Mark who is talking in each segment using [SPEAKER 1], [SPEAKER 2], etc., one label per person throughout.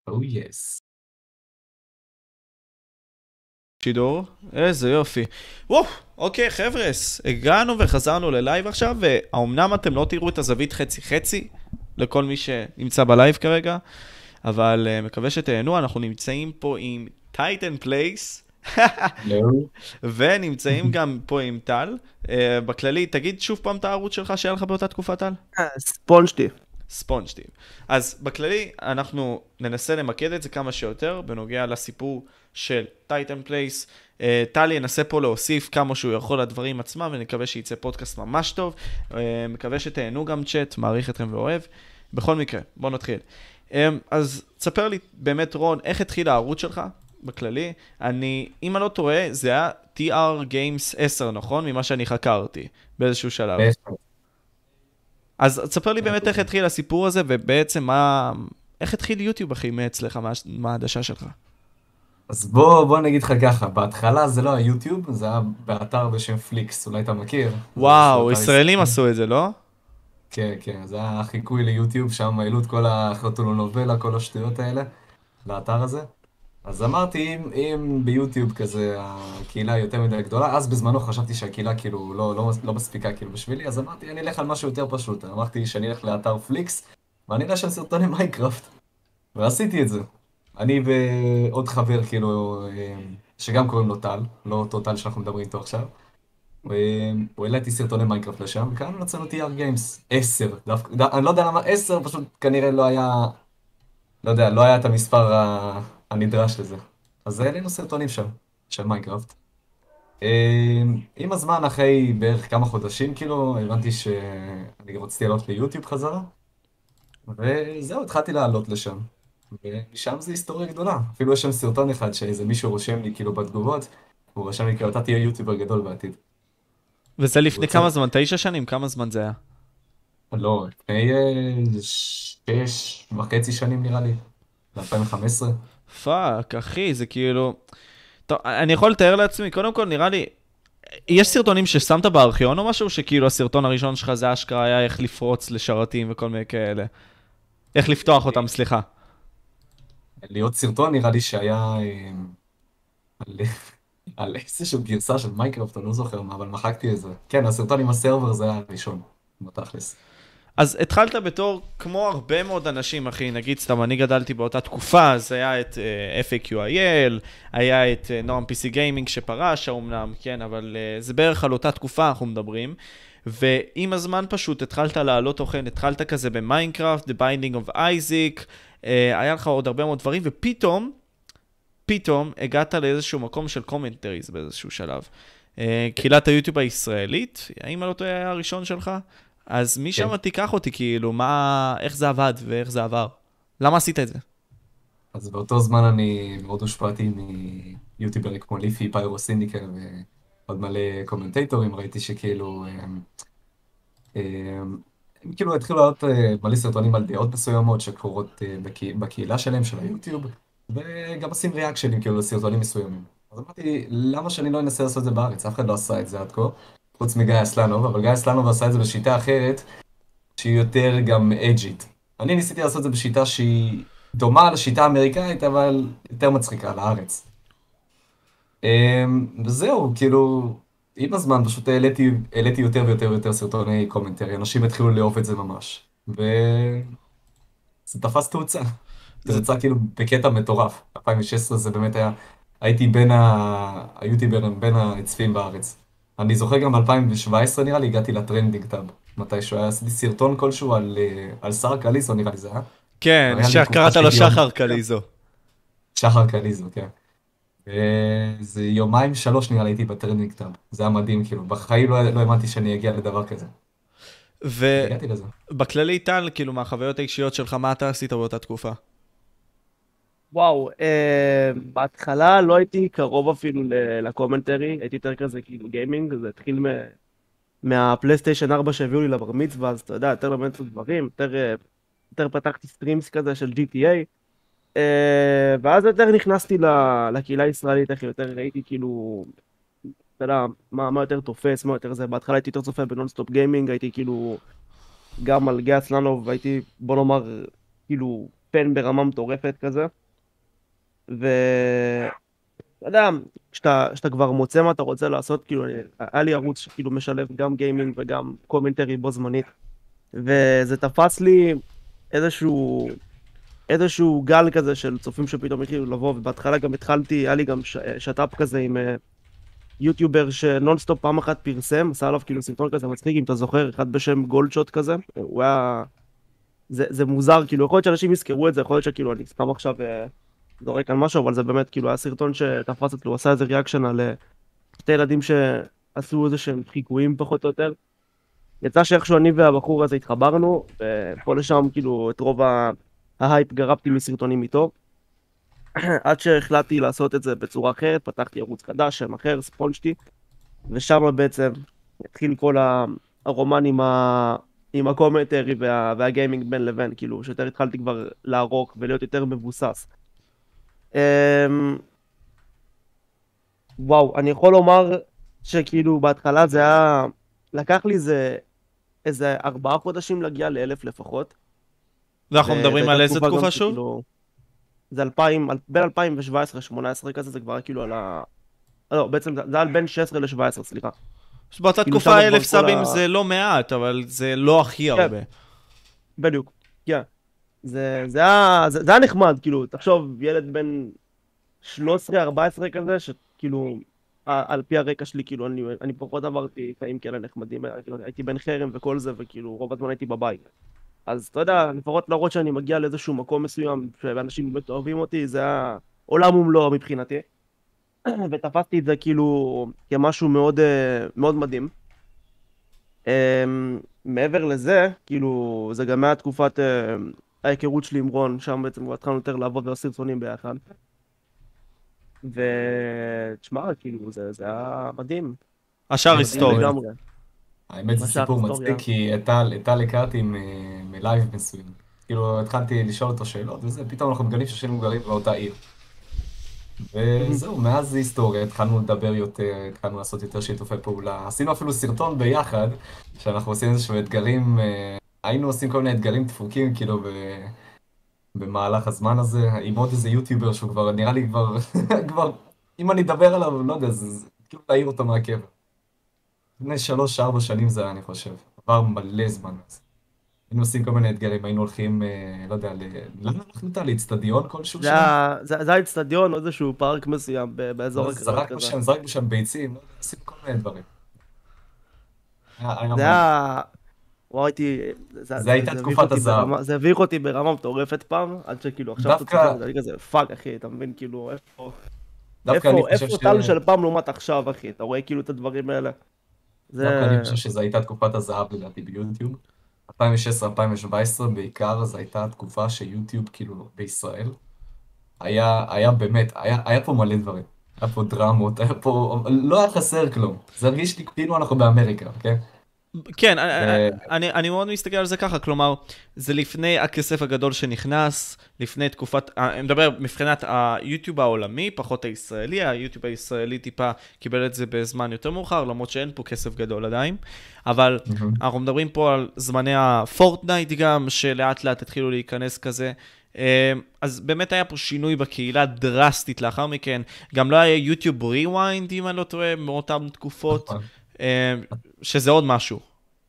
[SPEAKER 1] או יס.
[SPEAKER 2] שידור, איזה יופי. וואו, אוקיי חבר'ס, הגענו וחזרנו ללייב עכשיו, והאומנם אתם לא תראו את הזווית חצי חצי לכל מי שנמצא בלייב כרגע, אבל מקווה שתהנו, אנחנו נמצאים פה עם טייטן פלייס,
[SPEAKER 1] לא.
[SPEAKER 2] ונמצאים גם פה עם טל. בכללי, תגיד שוב פעם את הערוץ שלך שהיה לך באותה תקופה, טל?
[SPEAKER 3] ספונג'טיב.
[SPEAKER 2] ספונג'טיב. אז בכללי, אנחנו ננסה למקד את זה כמה שיותר, בנוגע לסיפור של טייטן פלייס. טל ינסה פה להוסיף כמה שהוא יכול לדברים עצמם, ונקווה שייצא פודקאסט ממש טוב. מקווה שתהנו גם צ'אט, מעריך אתכם ואוהב. בכל מקרה, בואו נתחיל. אז תספר לי באמת רון, איך התחיל הערוץ שלך בכללי? אם אני לא טועה, זה היה TR Games 10, נכון? ממה שאני חקרתי באיזשהו שלב. אז תספר לי באמת איך התחיל הסיפור הזה, ובעצם איך התחיל יוטיוב, אחי, מאצלך, מה העדשה שלך?
[SPEAKER 1] אז בוא נגיד לך ככה, בהתחלה זה לא היה יוטיוב, זה היה באתר בשם פליקס, אולי אתה מכיר.
[SPEAKER 2] וואו, ישראלים עשו את זה, לא?
[SPEAKER 1] כן, כן, זה היה חיקוי ליוטיוב, שם העלו את כל החתולונובלה, כל השטויות האלה, לאתר הזה. אז אמרתי, אם ביוטיוב כזה הקהילה יותר מדי גדולה, אז בזמנו חשבתי שהקהילה כאילו לא מספיקה כאילו בשבילי, אז אמרתי, אני אלך על משהו יותר פשוט. אמרתי שאני אלך לאתר פליקס, ואני אלך שם סרטוני מיינקראפט. ועשיתי את זה. אני ועוד חבר כאילו, שגם קוראים לו טל, לא אותו טל שאנחנו מדברים איתו עכשיו. הוא העליתי סרטוני מיינקראפט לשם, וכאן מצאנו TR Games 10. אני לא יודע למה 10, פשוט כנראה לא היה, לא יודע, לא היה את המספר הנדרש לזה. אז העלינו סרטונים שם, של מיינקראפט. עם הזמן, אחרי בערך כמה חודשים, כאילו, הבנתי שאני רציתי לעלות ליוטיוב חזרה. וזהו, התחלתי לעלות לשם. ומשם זה היסטוריה גדולה. אפילו יש שם סרטון אחד שאיזה מישהו רושם לי כאילו בתגובות, הוא רשם לי כאילו, אתה תהיה יוטיובר גדול בעתיד.
[SPEAKER 2] וזה
[SPEAKER 1] הוא
[SPEAKER 2] לפני
[SPEAKER 1] רוצה...
[SPEAKER 2] כמה זמן? 9 שנים? כמה זמן זה היה?
[SPEAKER 1] לא, לפני 6.5 שנים נראה לי. ב-2015.
[SPEAKER 2] פאק, אחי, זה כאילו... טוב, אני יכול לתאר לעצמי, קודם כל נראה לי... יש סרטונים ששמת בארכיון או משהו, שכאילו הסרטון הראשון שלך זה אשכרה היה איך לפרוץ לשרתים וכל מיני כאלה. איך לפתוח אותם, סליחה.
[SPEAKER 1] לי עוד סרטון נראה לי שהיה על, על איזושהי גרסה של מיינקראפט, אני לא זוכר מה, אבל מחקתי את זה. כן, הסרטון עם הסרבר זה היה הראשון, בתכלס.
[SPEAKER 2] אז התחלת בתור, כמו הרבה מאוד אנשים, אחי, נגיד סתם, אני גדלתי באותה תקופה, אז היה את FAQIL, היה את נועם PC Gaming שפרש, האומנם, כן, אבל זה בערך על אותה תקופה אנחנו מדברים, ועם הזמן פשוט התחלת לעלות תוכן, התחלת כזה במיינקראפט, The Binding of Isaac, היה לך עוד הרבה מאוד דברים, ופתאום הגעת לאיזשהו מקום של קומנטריז באיזשהו שלב. קהילת היוטיוב הישראלית, האם על אותו היה הראשון שלך? אז משם תיקח אותי, כאילו, איך זה עבד ואיך זה עבר? למה עשית את זה?
[SPEAKER 1] אז באותו זמן אני מאוד הושפעתי מיוטיוברים כמו ליפי, פיירו סינדיקר ועוד מלא קומנטייטורים. ראיתי שכאילו, הם כאילו התחילו לעלות מלא סרטונים על דעות מסוימות שקורות בקהילה שלהם, של היוטיוב, וגם עושים ריאקשנים כאילו לסרטונים מסוימים. אז אמרתי, למה שאני לא אנסה לעשות את זה בארץ? אף אחד לא עשה את זה עד כה, חוץ מגיא אסלנוב, אבל גיא אסלנוב עשה את זה בשיטה אחרת, שהיא יותר גם אג'ית. אני ניסיתי לעשות את זה בשיטה שהיא דומה לשיטה האמריקאית, אבל יותר מצחיקה לארץ. וזהו, כאילו, עם הזמן פשוט העליתי יותר ויותר ויותר סרטוני קומנטרי, אנשים התחילו לאהוב את זה ממש. וזה תפס תאוצה.
[SPEAKER 2] זה-
[SPEAKER 1] תאוצה כאילו בקטע מטורף. 2016 זה באמת היה, הייתי בין היוטיוברים, בין הצפים בארץ. אני זוכר גם ב-2017 נראה לי, הגעתי לטרנדינג טאב. מתישהו היה, עשיתי סרטון כלשהו על שר קליזו נראה לי זה היה.
[SPEAKER 2] כן,
[SPEAKER 1] היה לי תקופה
[SPEAKER 2] שקראת לו
[SPEAKER 1] שהייתי
[SPEAKER 2] שחר
[SPEAKER 1] יום-
[SPEAKER 2] קליזו.
[SPEAKER 1] שחר קליזו, כן. זה יומיים שלוש נראה לי הייתי בטרנינג טאב. זה היה מדהים, כאילו, בחיים לא האמנתי שאני אגיע לדבר כזה. הגעתי לזה.
[SPEAKER 2] ובכללי, טל, כאילו, מהחוויות האישיות שלך, מה אתה עשית באותה תקופה?
[SPEAKER 3] וואו, בהתחלה לא הייתי קרוב אפילו לקומנטרי, הייתי יותר כזה כאילו גיימינג, זה התחיל מהפלייסטיישן 4 שהביאו לי לבר מצווה, אז אתה יודע, יותר למד את הדברים, יותר פתחתי סטרימס כזה של GTA, ואז יותר נכנסתי לקהילה הישראלית, איך יותר ראיתי כאילו, אתה יודע, מה יותר תופס, מה יותר זה, בהתחלה הייתי יותר צופה בנונסטופ גיימינג, הייתי כאילו, גם על גיא אסלנוב, הייתי, בוא נאמר, כאילו, פן ברמה מטורפת כזה. אתה יודע, כשאתה כבר מוצא מה אתה רוצה לעשות, כאילו, היה לי ערוץ שכאילו משלב גם גיימינג וגם קומנטרי בו זמנית, וזה תפס לי איזשהו גל כזה של צופים שפתאום התחילו לבוא, ובהתחלה גם היה לי גם שת"פ כזה עם יוטיובר שנונסטופ פעם אחת פרסם, עשה עליו כאילו סרטון כזה מצחיק, אם אתה זוכר, אחד בשם גולדשוט כזה, הוא היה... זה מוזר, כאילו, יכול להיות שאנשים יזכרו את זה, יכול להיות שכאילו אני סתם עכשיו זורק על משהו, אבל זה באמת, כאילו, היה סרטון שתפס את, הוא עשה איזה ריאקשן על שתי ילדים שעשו איזה שהם חיקויים פחות או יותר. יצא שאיכשהו אני והבחור הזה התחברנו, ופה לשם, כאילו, את רוב ההייפ גרבתי מסרטונים איתו. עד שהחלטתי לעשות את זה בצורה אחרת, פתחתי ערוץ חדש, שם אחר, ספונג'טי, ושם בעצם התחיל כל הרומן עם הקומנטרי והגיימינג בין לבין, כאילו, שיותר התחלתי כבר לערוק ולהיות יותר מבוסס. וואו, אני יכול לומר שכאילו בהתחלה זה היה, לקח לי איזה 4 חודשים להגיע ל1,000 לפחות.
[SPEAKER 2] ואנחנו מדברים על איזה תקופה שוב?
[SPEAKER 3] שכאילו, זה בין 2017-2018 כזה, זה כבר כאילו על לא, בעצם זה על בין 16 ל-17, סליחה.
[SPEAKER 2] באותה
[SPEAKER 3] כאילו
[SPEAKER 2] תקופה
[SPEAKER 3] שם
[SPEAKER 2] 1,000
[SPEAKER 3] כבר כל
[SPEAKER 2] סאבים זה לא מעט, אבל זה לא הכי הרבה.
[SPEAKER 3] בדיוק, כן. זה היה נחמד, כאילו, תחשוב, ילד בן 13-14 כזה, שכאילו, על פי הרקע שלי, כאילו, אני פחות עברתי חיים כאלה נחמדים, הייתי בן חרם וכל זה, וכאילו, רוב הזמן הייתי בבית. אז אתה יודע, לפחות להראות שאני מגיע לאיזשהו מקום מסוים, שאנשים באמת אוהבים אותי, זה היה עולם ומלואו מבחינתי. ותפסתי את זה כאילו כמשהו מאוד, מאוד מדהים. מעבר לזה, כאילו, זה גם היה תקופת ההיכרות שלי עם רון, שם בעצם התחלנו יותר לעבוד ולעשות סרטונים ביחד. ותשמע, כאילו, זה היה מדהים.
[SPEAKER 2] השאר היסטוריה.
[SPEAKER 1] האמת זה סיפור מצחיק, כי טל הכרתי מלייב מסוים. כאילו, התחלתי לשאול אותו שאלות וזה, פתאום אנחנו מגלים ששנינו גרים באותה עיר. וזהו, מאז זה היסטוריה, התחלנו לדבר יותר, התחלנו לעשות יותר שיתופי פעולה. עשינו אפילו סרטון ביחד, שאנחנו עושים איזשהו אתגרים, היינו עושים כל מיני אתגרים דפוקים, כאילו, במהלך הזמן הזה, עם עוד איזה יוטיובר שהוא כבר, נראה לי כבר, אם אני אדבר עליו, לא יודע, זה כאילו להעיר אותו מהקבר. לפני 3-4 שנים זה היה, אני חושב, עבר מלא זמן אז. היינו עושים כל מיני אתגרים, היינו הולכים, לא יודע, למה הלכנו אותה? לאצטדיון כלשהו שם?
[SPEAKER 3] זה היה אצטדיון או איזשהו פארק מסוים באזור הקרוב כזה.
[SPEAKER 1] זרקנו שם ביצים, עשינו כל מיני דברים.
[SPEAKER 3] זה היה... וואי,
[SPEAKER 1] זה הייתה תקופת הזהב.
[SPEAKER 3] זה הביך אותי ברמה מטורפת פעם, עד שכאילו עכשיו אתה צוחק, אני כזה, פאק אחי, אתה מבין כאילו, איפה טל של פעם לעומת עכשיו אחי, אתה רואה כאילו את הדברים האלה.
[SPEAKER 1] דווקא אני חושב שזו הייתה תקופת הזהב לדעתי ביוטיוב. 2016-2017 בעיקר, זו הייתה תקופה שיוטיוב כאילו בישראל, היה באמת, היה פה מלא דברים. היה פה דרמות, היה פה, לא היה חסר כלום. זה הרגיש לי כאילו אנחנו באמריקה, אוקיי?
[SPEAKER 2] כן, אני מאוד מסתכל על זה ככה, כלומר, זה לפני הכסף הגדול שנכנס, לפני תקופת, אני מדבר מבחינת היוטיוב העולמי, פחות הישראלי, היוטיוב הישראלי טיפה קיבל את זה בזמן יותר מאוחר, למרות שאין פה כסף גדול עדיין, אבל אנחנו מדברים פה על זמני הפורטנייט גם, שלאט לאט התחילו להיכנס כזה, אז באמת היה פה שינוי בקהילה דרסטית לאחר מכן, גם לא היה יוטיוב ריוויינד, אם אני לא טועה, מאותן תקופות, שזה עוד משהו.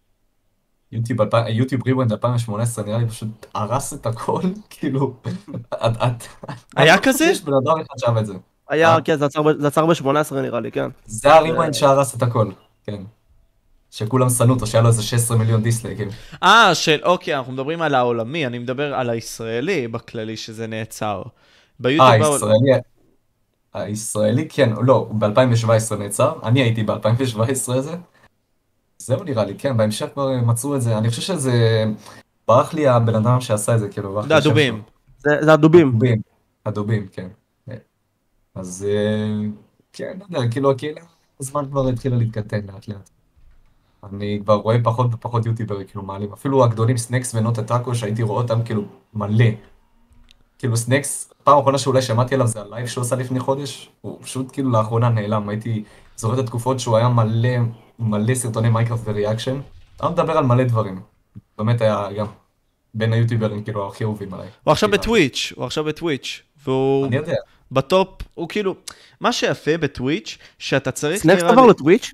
[SPEAKER 1] יוטיוב ריוויינד 2018 נראה לי פשוט הרס את הכל, כאילו,
[SPEAKER 2] היה כזה?
[SPEAKER 1] יש בן אדם אחד שם את זה.
[SPEAKER 3] היה, כן, זה עצר ב-18 נראה לי, כן.
[SPEAKER 1] זה הריוויינד שהרס את הכל, כן. שכולם שנאו אותו, שהיה לו איזה 16 מיליון דיסלייקים.
[SPEAKER 2] אוקיי, אנחנו מדברים על העולמי, אני מדבר על הישראלי בכללי שזה נעצר.
[SPEAKER 1] הישראלי, כן, לא, ב-2017 נעצר, אני הייתי ב-2017 הזה. זהו נראה לי, כן, בהמשך כבר מצאו את זה, אני חושב שזה, ברח לי הבן אדם שעשה את זה, כאילו,
[SPEAKER 2] זה הדובים.
[SPEAKER 3] זה הדובים.
[SPEAKER 1] הדובים, כן. אז, כן, לא יודע, כאילו, הקהילה, הזמן כבר התחילה להתקטן לאט לאט. אני כבר רואה פחות ופחות יוטיוברים, כאילו, מעלים, אפילו הגדולים, סנקס ונוטה טאקו, שהייתי רואה אותם, כאילו, מלא. כאילו, סנקס, פעם האחרונה שאולי שמעתי עליו, זה הלייב שהוא עשה לפני חודש, הוא פשוט, כאילו, לאחרונה נעלם, הייתי זוכר את התקופות שהוא היה מלא סרטוני מיינקראפט וריאקשן, אני מדבר על מלא דברים, באמת היה גם בין היוטיוברים כאילו הכי אהובים עליי.
[SPEAKER 2] הוא עכשיו
[SPEAKER 1] כאילו,
[SPEAKER 2] בטוויץ', הוא עכשיו בטוויץ', והוא
[SPEAKER 1] אני יודע.
[SPEAKER 2] בטופ, הוא כאילו, מה שיפה בטוויץ', שאתה צריך
[SPEAKER 3] סנקס עבר לטוויץ'?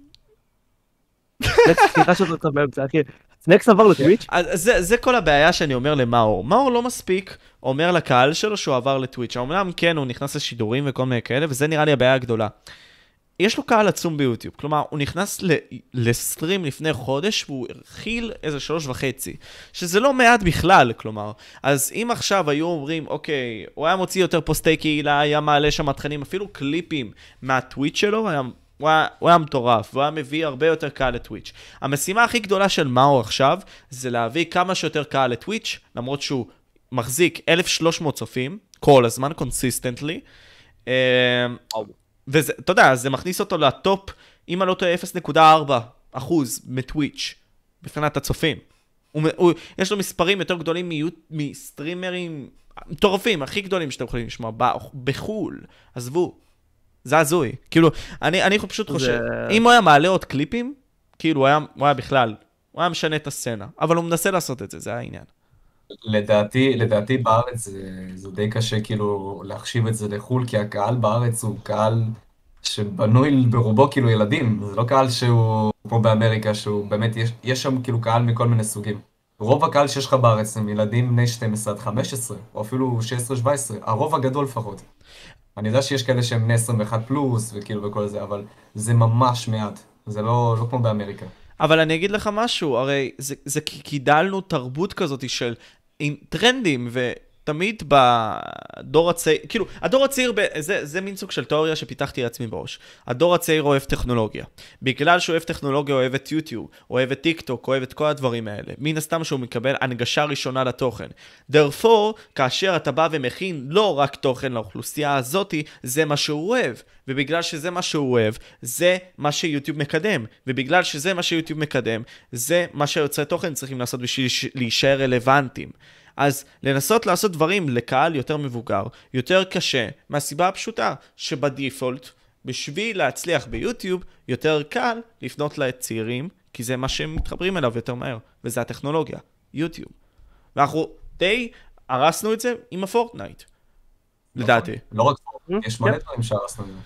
[SPEAKER 3] סליחה שאתה קצת באמצע, אחי. סנקס עבר לטוויץ'?
[SPEAKER 2] אז זה כל הבעיה שאני אומר למאור. מאור לא מספיק אומר לקהל שלו שהוא עבר לטוויץ'. האמנם כן, הוא נכנס לשידורים וכל מיני כאלה, וזה נראה לי הבעיה הגדולה. יש לו קהל עצום ביוטיוב, כלומר, הוא נכנס לסטרים לפני חודש, והוא הרחיל איזה 3.5, שזה לא מעט בכלל, כלומר. אז אם עכשיו היו אומרים, אוקיי, הוא היה מוציא יותר פוסטי קהילה, היה מעלה שם תכנים, אפילו קליפים מהטוויץ' שלו, הוא היה מטורף, והוא היה מביא הרבה יותר קהל לטוויץ'. המשימה הכי גדולה של מאור עכשיו, זה להביא כמה שיותר קהל לטוויץ', למרות שהוא מחזיק 1,300 צופים, כל הזמן, קונסיסטנטלי. וזה, אתה יודע, זה מכניס אותו לטופ, אם אני לא טועה, 0.4% מטוויץ', מבחינת הצופים. יש לו מספרים יותר גדולים מסטרימרים מטורפים, הכי גדולים שאתם יכולים לשמוע, בחול, עזבו. זה הזוי. כאילו, אני פשוט חושב, אם הוא היה מעלה עוד קליפים, כאילו, הוא היה בכלל, הוא היה משנה את הסצנה. אבל הוא מנסה לעשות את זה, זה העניין.
[SPEAKER 1] לדעתי בארץ זה די קשה כאילו להחשיב את זה לחול, כי הקהל בארץ הוא קהל שבנוי ברובו כאילו ילדים, זה לא קהל שהוא כמו באמריקה, שהוא באמת, יש שם כאילו קהל מכל מיני סוגים. רוב הקהל שיש לך בארץ הם ילדים בני 12 עד 15, או אפילו 16-17, הרוב הגדול לפחות. אני יודע שיש כאלה שהם בני 21 פלוס וכאילו וכל זה, אבל זה ממש מעט, זה לא כמו באמריקה.
[SPEAKER 2] אבל אני אגיד לך משהו, הרי זה גידלנו תרבות כזאת של עם טרנדים, ותמיד בדור הצעיר, כאילו, הדור הצעיר, זה מין סוג של תיאוריה שפיתחתי לעצמי בראש. הדור הצעיר אוהב טכנולוגיה. בגלל שהוא אוהב טכנולוגיה, אוהב את יוטיוב, אוהב את טיק טוק, אוהב את כל הדברים האלה. מן הסתם שהוא מקבל הנגשה ראשונה לתוכן. therefore, כאשר אתה בא ומכין לא רק תוכן לאוכלוסייה הזאת, זה מה שהוא אוהב. ובגלל שזה מה שהוא אוהב, זה מה שיוטיוב מקדם. ובגלל שזה מה שיוטיוב מקדם, זה מה שיוצרי תוכן צריכים לעשות בשביל להישאר רלוונטיים. אז לנסות לעשות דברים לקהל יותר מבוגר, יותר קשה, מהסיבה הפשוטה שבדיפולט, בשביל להצליח ביוטיוב, יותר קל לפנות לצעירים, כי זה מה שהם מתחברים אליו יותר מהר, וזה הטכנולוגיה, יוטיוב. ואנחנו די הרסנו את זה עם הפורטנייט, לדעתי.
[SPEAKER 1] לא רק פורטנייט, יש מלא דברים שהרסנו את זה.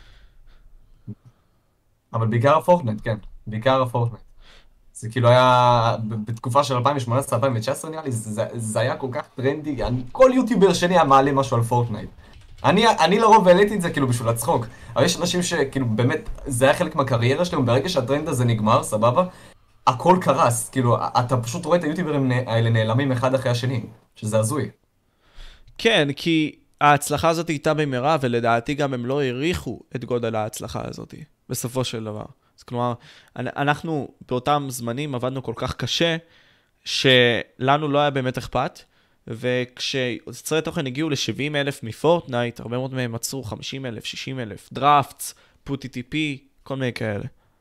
[SPEAKER 1] אבל בעיקר הפורטנייט, כן, בעיקר הפורטנייט. זה כאילו היה, בתקופה של 2018-2019 נראה לי, זה היה כל כך טרנדי, כל יוטיובר שני היה מעלה משהו על פורטנייט. אני לרוב העליתי את זה כאילו בשביל הצחוק, אבל יש אנשים שכאילו באמת, זה היה חלק מהקריירה שלהם, ברגע שהטרנד הזה נגמר, סבבה, הכל קרס, כאילו, אתה פשוט רואה את היוטיוברים האלה נעלמים אחד אחרי השני, שזה הזוי.
[SPEAKER 2] כן, כי ההצלחה הזאת הייתה במהרה, ולדעתי גם הם לא העריכו את גודל ההצלחה הזאת, בסופו של דבר. אז כלומר, אנחנו באותם זמנים עבדנו כל כך קשה, שלנו לא היה באמת אכפת, וכשיוצרי תוכן הגיעו ל-70,000 מפורטנייט, הרבה מאוד מהם עצרו 50,000, 60,000, דראפטס, PuTTP, כל מיני כאלה.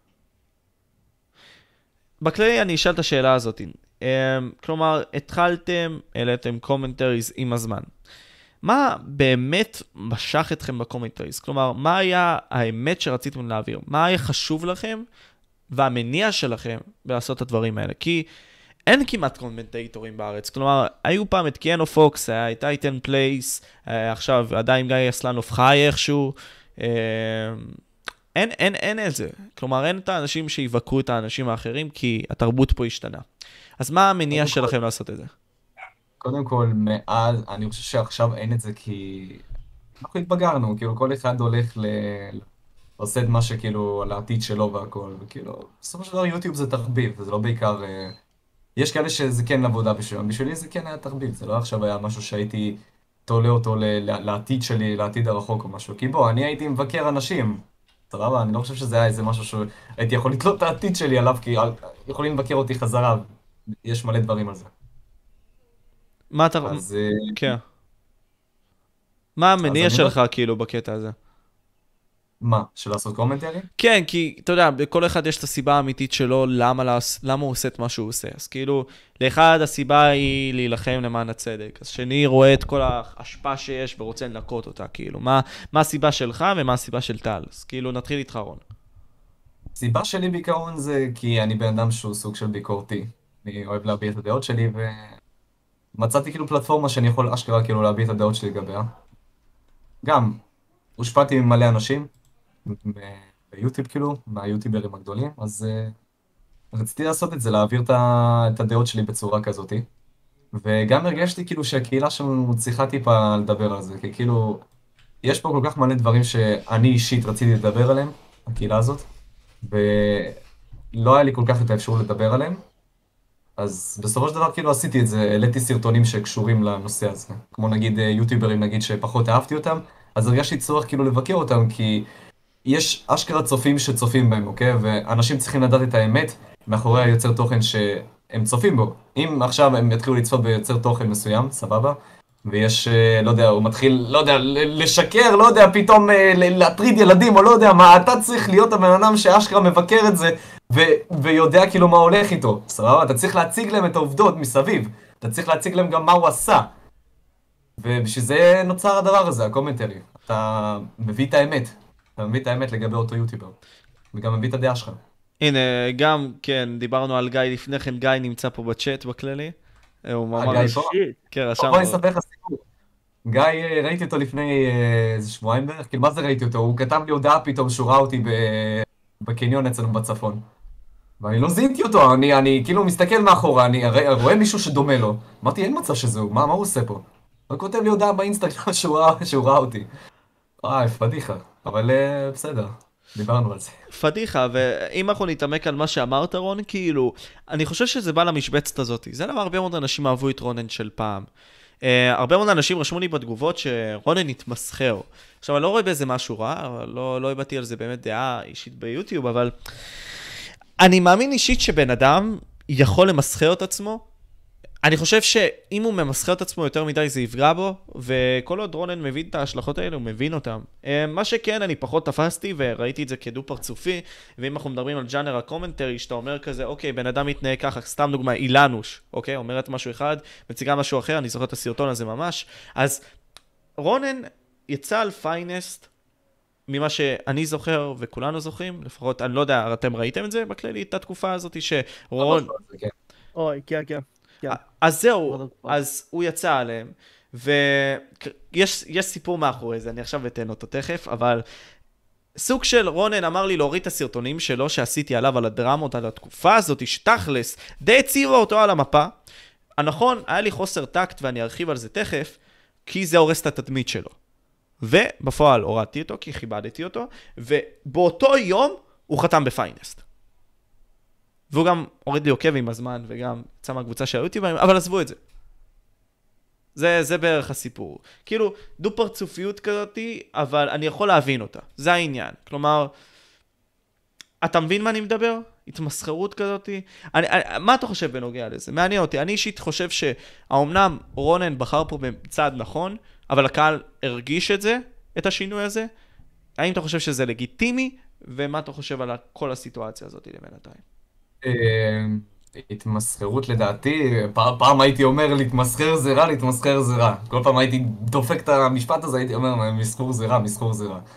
[SPEAKER 2] בכללי אני אשאל את השאלה הזאת. כלומר, התחלתם, העליתם קומנטריז עם הזמן. מה באמת משך אתכם בקומנטריז? כלומר, מה היה האמת שרציתם להעביר? מה היה חשוב לכם והמניע שלכם לעשות את הדברים האלה? כי אין כמעט קומנטייטורים בארץ. כלומר, היו פעם את קיאנו פוקס, היה את טייטן פלייס, עכשיו עדיין גיא אסלנוב חי איכשהו. אין את זה. כלומר, אין את האנשים שיבקרו את האנשים האחרים, כי התרבות פה השתנה. אז מה המניע שלכם לעשות את זה?
[SPEAKER 1] קודם כל, מאז, אני חושב שעכשיו אין את זה כי אנחנו התבגרנו, כאילו כל אחד הולך עושה את מה שכאילו על העתיד שלו והכל, וכאילו, בסופו של דבר יוטיוב זה תחביב, זה לא בעיקר, יש כאלה שזה כן עבודה בשבילם, בשבילי זה כן היה תחביב, זה לא עכשיו היה משהו שהייתי תולה אותו לעתיד שלי, לעתיד הרחוק או משהו, כי בוא, אני הייתי מבקר אנשים, סבבה, אני לא חושב שזה היה איזה משהו שהייתי יכול לתלות את העתיד שלי עליו, כי יכולים לבקר אותי חזרה, יש מלא דברים על זה.
[SPEAKER 2] מה אתה...
[SPEAKER 1] אז...
[SPEAKER 2] כן. מה המניע שלך כאילו בקטע הזה?
[SPEAKER 1] מה? של לעשות קומנטרי?
[SPEAKER 2] כן, כי אתה יודע, בכל אחד יש את הסיבה האמיתית שלו למה הוא עושה את מה שהוא עושה. אז כאילו, לאחד הסיבה היא להילחם למען הצדק. אז שני רואה את כל ההשפעה שיש ורוצה לנקות אותה, כאילו. מה הסיבה שלך ומה הסיבה של טל? אז כאילו, נתחיל איתך רון.
[SPEAKER 1] הסיבה שלי בעיקרון זה כי אני בן אדם שהוא סוג של ביקורתי. אני אוהב להביע את הדעות שלי מצאתי כאילו פלטפורמה שאני יכול אשכרה כאילו להביע את הדעות שלי לגביה. גם, הושפעתי ממלא אנשים, ביוטיוב כאילו, מהיוטיוברים הגדולים, אז רציתי לעשות את זה, להעביר את הדעות שלי בצורה כזאת. וגם הרגשתי כאילו שהקהילה שלנו צריכה טיפה לדבר על זה, כי כאילו, יש פה כל כך מלא דברים שאני אישית רציתי לדבר עליהם, הקהילה הזאת, ולא היה לי כל כך את האפשרות לדבר עליהם, אז בסופו של דבר כאילו עשיתי את זה, העליתי סרטונים שקשורים לנושא הזה, כמו נגיד יוטיוברים נגיד שפחות אהבתי אותם, אז הרגשתי צורך כאילו לבקר אותם, כי יש אשכרה צופים שצופים בהם, אוקיי? ואנשים צריכים לדעת את האמת מאחורי היוצר תוכן שהם צופים בו. אם עכשיו הם יתחילו לצפות ביוצר תוכן מסוים, סבבה? ויש, לא יודע, הוא מתחיל, לא יודע, לשקר, לא יודע, פתאום להטריד ילדים, או לא יודע מה, אתה צריך להיות הבן אדם שאשכרה מבקר את זה, ויודע כאילו מה הולך איתו, סבבה? אתה צריך להציג להם את העובדות מסביב. אתה צריך להציג להם גם מה הוא עשה. ובשביל זה נוצר הדבר הזה, הקומנטרי. אתה מביא את האמת. אתה מביא את האמת לגבי אותו יוטיובר. וגם מביא את הדעה שלך.
[SPEAKER 2] הנה, גם, כן, דיברנו על גיא לפני כן, גיא נמצא פה בצ'אט בכללי. הוא ממש...
[SPEAKER 1] גיא פה?
[SPEAKER 2] כן,
[SPEAKER 1] בוא
[SPEAKER 2] רשמנו.
[SPEAKER 1] אני אספר לך סיפור. גיא, ראיתי אותו לפני איזה שבועיים בערך, כאילו מה זה ראיתי אותו? הוא כתב לי הודעה פתאום שהוא ראה אותי בקניון אצלנו בצפון. ואני לא זיהיתי אותו, אני כאילו מסתכל מאחורה, אני רואה מישהו שדומה לו. אמרתי, אין מצב שזהו, מה הוא עושה פה? הוא כותב לי הודעה באינסטגרם שהוא ראה אותי. פדיחה, אבל בסדר, דיברנו על זה.
[SPEAKER 2] פדיחה, ואם אנחנו נתעמק על מה שאמרת רון, כאילו, אני חושב שזה בא למשבצת הזאת. זה למה הרבה מאוד אנשים אהבו את רונן של פעם. הרבה מאוד אנשים רשמו לי בתגובות שרונן התמסחר. עכשיו, אני לא רואה באיזה משהו רע, אבל לא הבאתי על זה באמת דעה אישית ביוטיוב, אבל אני מאמין אישית שבן אדם יכול למסחר את עצמו. אני חושב שאם הוא ממסחר את עצמו יותר מדי זה יפגע בו, וכל עוד רונן מבין את ההשלכות האלה, הוא מבין אותם. מה שכן, אני פחות תפסתי וראיתי את זה כדו פרצופי, ואם אנחנו מדברים על ג'אנר הקומנטרי, שאתה אומר כזה, אוקיי, בן אדם מתנהג ככה, סתם דוגמה, אילנוש, אוקיי, אומרת משהו אחד, מציגה משהו אחר, אני זוכר את הסרטון הזה ממש, אז רונן יצא על פיינסט, ממה שאני זוכר וכולנו זוכרים, לפחות, אני לא יודע, אתם ראיתם את זה בכללי, את התקופה הזאת שרון...
[SPEAKER 3] אוי, כן, כן.
[SPEAKER 2] אז זהו, אז הוא יצא עליהם, ויש סיפור מאחורי זה, אני עכשיו אתן אותו תכף, אבל סוג של רונן אמר לי להוריד את הסרטונים שלו שעשיתי עליו, על הדרמות, על התקופה הזאת, שתכלס, די הציבה אותו על המפה. הנכון, היה לי חוסר טקט, ואני ארחיב על זה תכף, כי זה הורס את התדמית שלו. ובפועל הורדתי אותו, כי כיבדתי אותו, ובאותו יום הוא חתם בפיינסט. והוא גם הוריד לי עוקב עם הזמן, וגם יצא מהקבוצה של היוטיוברים, אבל עזבו את זה. זה בערך הסיפור. כאילו, דו פרצופיות כזאתי, אבל אני יכול להבין אותה. זה העניין. כלומר, אתה מבין מה אני מדבר? התמסחרות כזאתי? מה אתה חושב בנוגע לזה? מעניין אותי. אני אישית חושב שהאומנם רונן בחר פה בצעד נכון, אבל הקהל הרגיש את זה, את השינוי הזה. האם אתה חושב שזה לגיטימי? ומה אתה חושב על כל הסיטואציה הזאת לבינתיים?
[SPEAKER 1] התמסחרות לדעתי, פעם הייתי אומר להתמסחר זה רע, להתמסחר זה רע. כל פעם הייתי דופק את המשפט הזה, הייתי אומר מסחור זה רע, מסחור זה רע.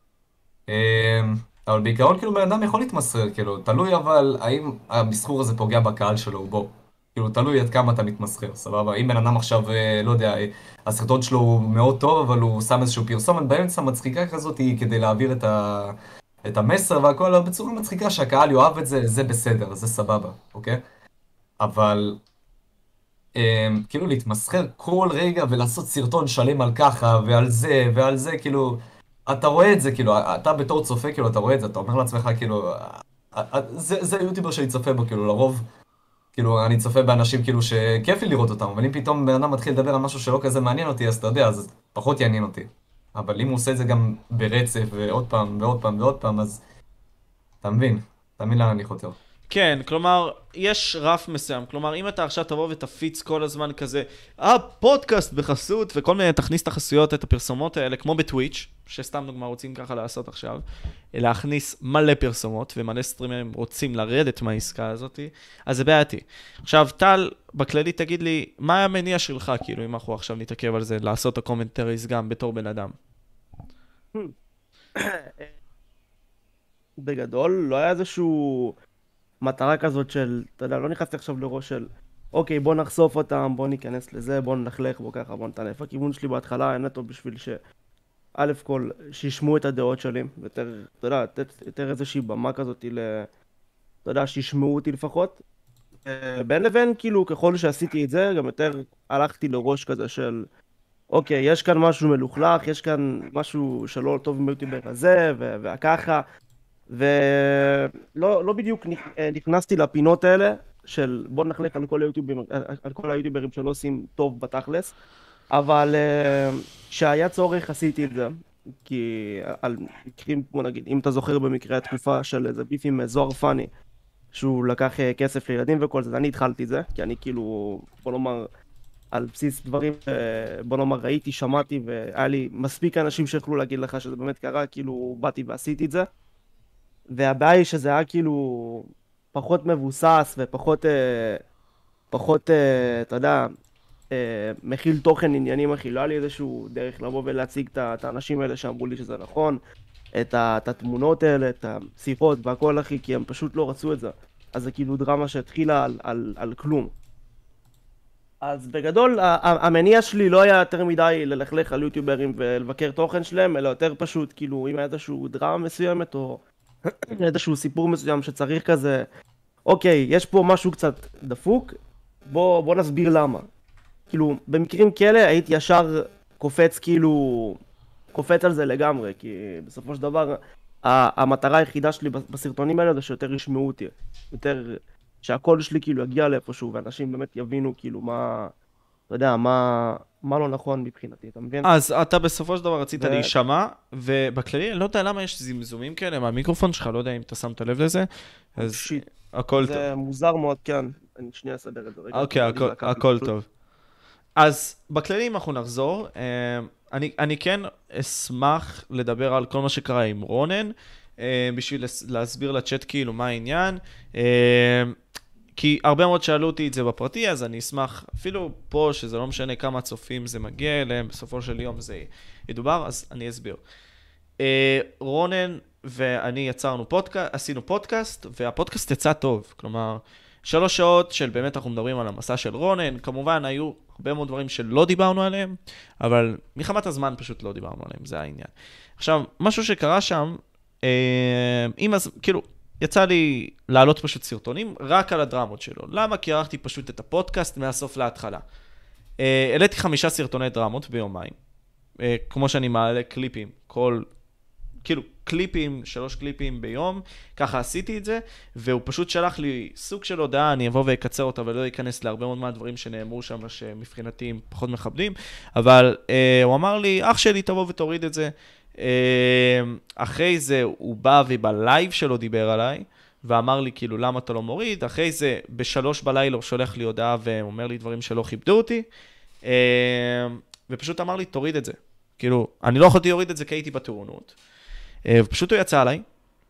[SPEAKER 1] אבל בעיקרון כאילו בן אדם יכול להתמסחר, כאילו, תלוי אבל האם המסחור הזה פוגע בקהל שלו בו. כאילו, תלוי עד כמה אתה מתמסחר, סבבה? אם בן אדם עכשיו, לא יודע, הסרטון שלו הוא מאוד טוב, אבל הוא שם איזשהו פרסומת באמצע מצחיקה כזאת כדי להעביר את המסר והכל בצורה מצחיקה שהקהל יאהב את זה, זה בסדר, זה סבבה, אוקיי? אבל כאילו להתמסחר כל רגע ולעשות סרטון שלם על ככה ועל זה, כאילו, אתה רואה את זה, כאילו, אתה בתור צופה, כאילו, אתה רואה את זה, אתה אומר לעצמך, כאילו, זה יוטיובר שאני צופה בו, כאילו, לרוב, כאילו, אני צופה באנשים, כאילו, שכיף לי לראות אותם, אבל אם פתאום בן אדם מתחיל לדבר על משהו שלא כזה מעניין אותי, אז אתה יודע, אז פחות יעניין אותי. אבל אם הוא עושה את זה גם ברצף, ועוד פעם, ועוד פעם, ועוד פעם, אז אתה מבין לאן אני חותר.
[SPEAKER 2] כן, כלומר, יש רף מסוים. כלומר, אם אתה עכשיו תבוא ותפיץ כל הזמן כזה, פודקאסט בחסות, וכל מיני תכניס את החסויות, את הפרסומות האלה, כמו בטוויץ', שסתם דוגמה רוצים ככה לעשות עכשיו, להכניס מלא פרסומות, ומלא סטרימרים רוצים לרדת מהעסקה הזאת, אז זה בעייתי. עכשיו, טל, בכללי תגיד לי, מה המניע שלך, כאילו, אם אנחנו עכשיו נתעכב על זה, לעשות הקומנטריז גם בתור בן אדם?
[SPEAKER 3] בגדול, לא היה איזשהו מטרה כזאת של, אתה יודע, לא נכנסתי עכשיו לראש של אוקיי, בוא נחשוף אותם, בוא ניכנס לזה, בוא נלכלך, בוא ככה, בוא נטנף. הכיוון שלי בהתחלה היה נטו בשביל א' כל, שישמעו את הדעות שלי, ויותר, אתה יודע, לתת יותר איזושהי במה כזאת, אתה יודע, שישמעו אותי לפחות. בין לבין, כאילו, ככל שעשיתי את זה, גם יותר הלכתי לראש כזה של, אוקיי, יש כאן משהו מלוכלך, יש כאן משהו שלא טוב עם היוטיובר הזה, וככה, ולא בדיוק נכנסתי לפינות האלה, של בוא נחלק על כל היוטיוברים שלא עושים טוב בתכלס, אבל שהיה צורך עשיתי את זה, כי על מקרים כמו נגיד, אם אתה זוכר במקרה התקופה של איזה ביף עם זוהר פאני, שהוא לקח כסף לילדים וכל זה, אני התחלתי את זה, כי אני כאילו, בוא נאמר, על בסיס דברים, בוא נאמר, ראיתי, שמעתי, והיה לי מספיק אנשים שיכולו להגיד לך שזה באמת קרה, כאילו באתי ועשיתי את זה, והבעיה היא שזה היה כאילו פחות מבוסס ופחות, אתה יודע, מכיל תוכן עניינים אחי, לא היה לי איזשהו דרך לבוא ולהציג את האנשים האלה שאמרו לי שזה נכון, את התמונות האלה, את השיחות והכל אחי, כי הם פשוט לא רצו את זה. אז זה כאילו דרמה שהתחילה על כלום. אז בגדול, המניע שלי לא היה יותר מדי ללכלך על יוטיוברים ולבקר תוכן שלהם, אלא יותר פשוט, כאילו, אם היה איזשהו דרמה מסוימת או איזשהו סיפור מסוים שצריך כזה, אוקיי, יש פה משהו קצת דפוק, בוא נסביר למה. כאילו, במקרים כאלה הייתי ישר קופץ כאילו, קופץ על זה לגמרי, כי בסופו של דבר, המטרה היחידה שלי בסרטונים האלה זה שיותר ישמעו אותי, יותר, שהקול שלי כאילו יגיע לאיפשהו, ואנשים באמת יבינו כאילו מה, אתה יודע, מה לא נכון מבחינתי, אתה מבין?
[SPEAKER 2] אז אתה בסופו של דבר רצית להישמע, ובכללי, אני לא יודע למה יש זמזומים כאלה מהמיקרופון שלך, לא יודע אם אתה שמת לב לזה, אז הכל טוב.
[SPEAKER 3] זה מוזר מאוד, כן, אני שנייה אסדר את זה רגע.
[SPEAKER 2] אוקיי, הכל טוב. אז בכללי, אם אנחנו נחזור, אני כן אשמח לדבר על כל מה שקרה עם רונן, בשביל להסביר לצ'אט כאילו מה העניין, כי הרבה מאוד שאלו אותי את זה בפרטי, אז אני אשמח, אפילו פה, שזה לא משנה כמה צופים זה מגיע אליהם, בסופו של יום זה ידובר, אז אני אסביר. רונן ואני עשינו פודקאסט, והפודקאסט יצא טוב, כלומר, 3 שעות של באמת אנחנו מדברים על המסע של רונן, כמובן היו הרבה מאוד דברים שלא דיברנו עליהם, אבל מחמת הזמן פשוט לא דיברנו עליהם, זה העניין. עכשיו, משהו שקרה שם, כאילו, יצא לי להעלות פשוט סרטונים רק על הדרמות שלו. למה? כי ערכתי פשוט את הפודקאסט מהסוף להתחלה. העליתי 5 סרטוני דרמות ביומיים, כמו שאני מעלה קליפים, כאילו קליפים, 3 קליפים ביום, ככה עשיתי את זה, והוא פשוט שלח לי סוג של הודעה, אני אבוא ויקצר אותה ולא אכנס להרבה מאוד מהדברים שנאמרו שם, שמבחינתי הם פחות מכבדים, אבל הוא אמר לי, אח שלי תבוא ותוריד את זה, אחרי זה הוא בא ובלייב שלו דיבר עליי, ואמר לי כאילו למה אתה לא מוריד, אחרי זה ב3 בלילה הוא שולח לי הודעה ואומר לי דברים שלא כיבדו אותי, ופשוט אמר לי תוריד את זה, כאילו אני לא יכולתי להוריד את זה כי הייתי בטורנות, ופשוט הוא יצא עליי,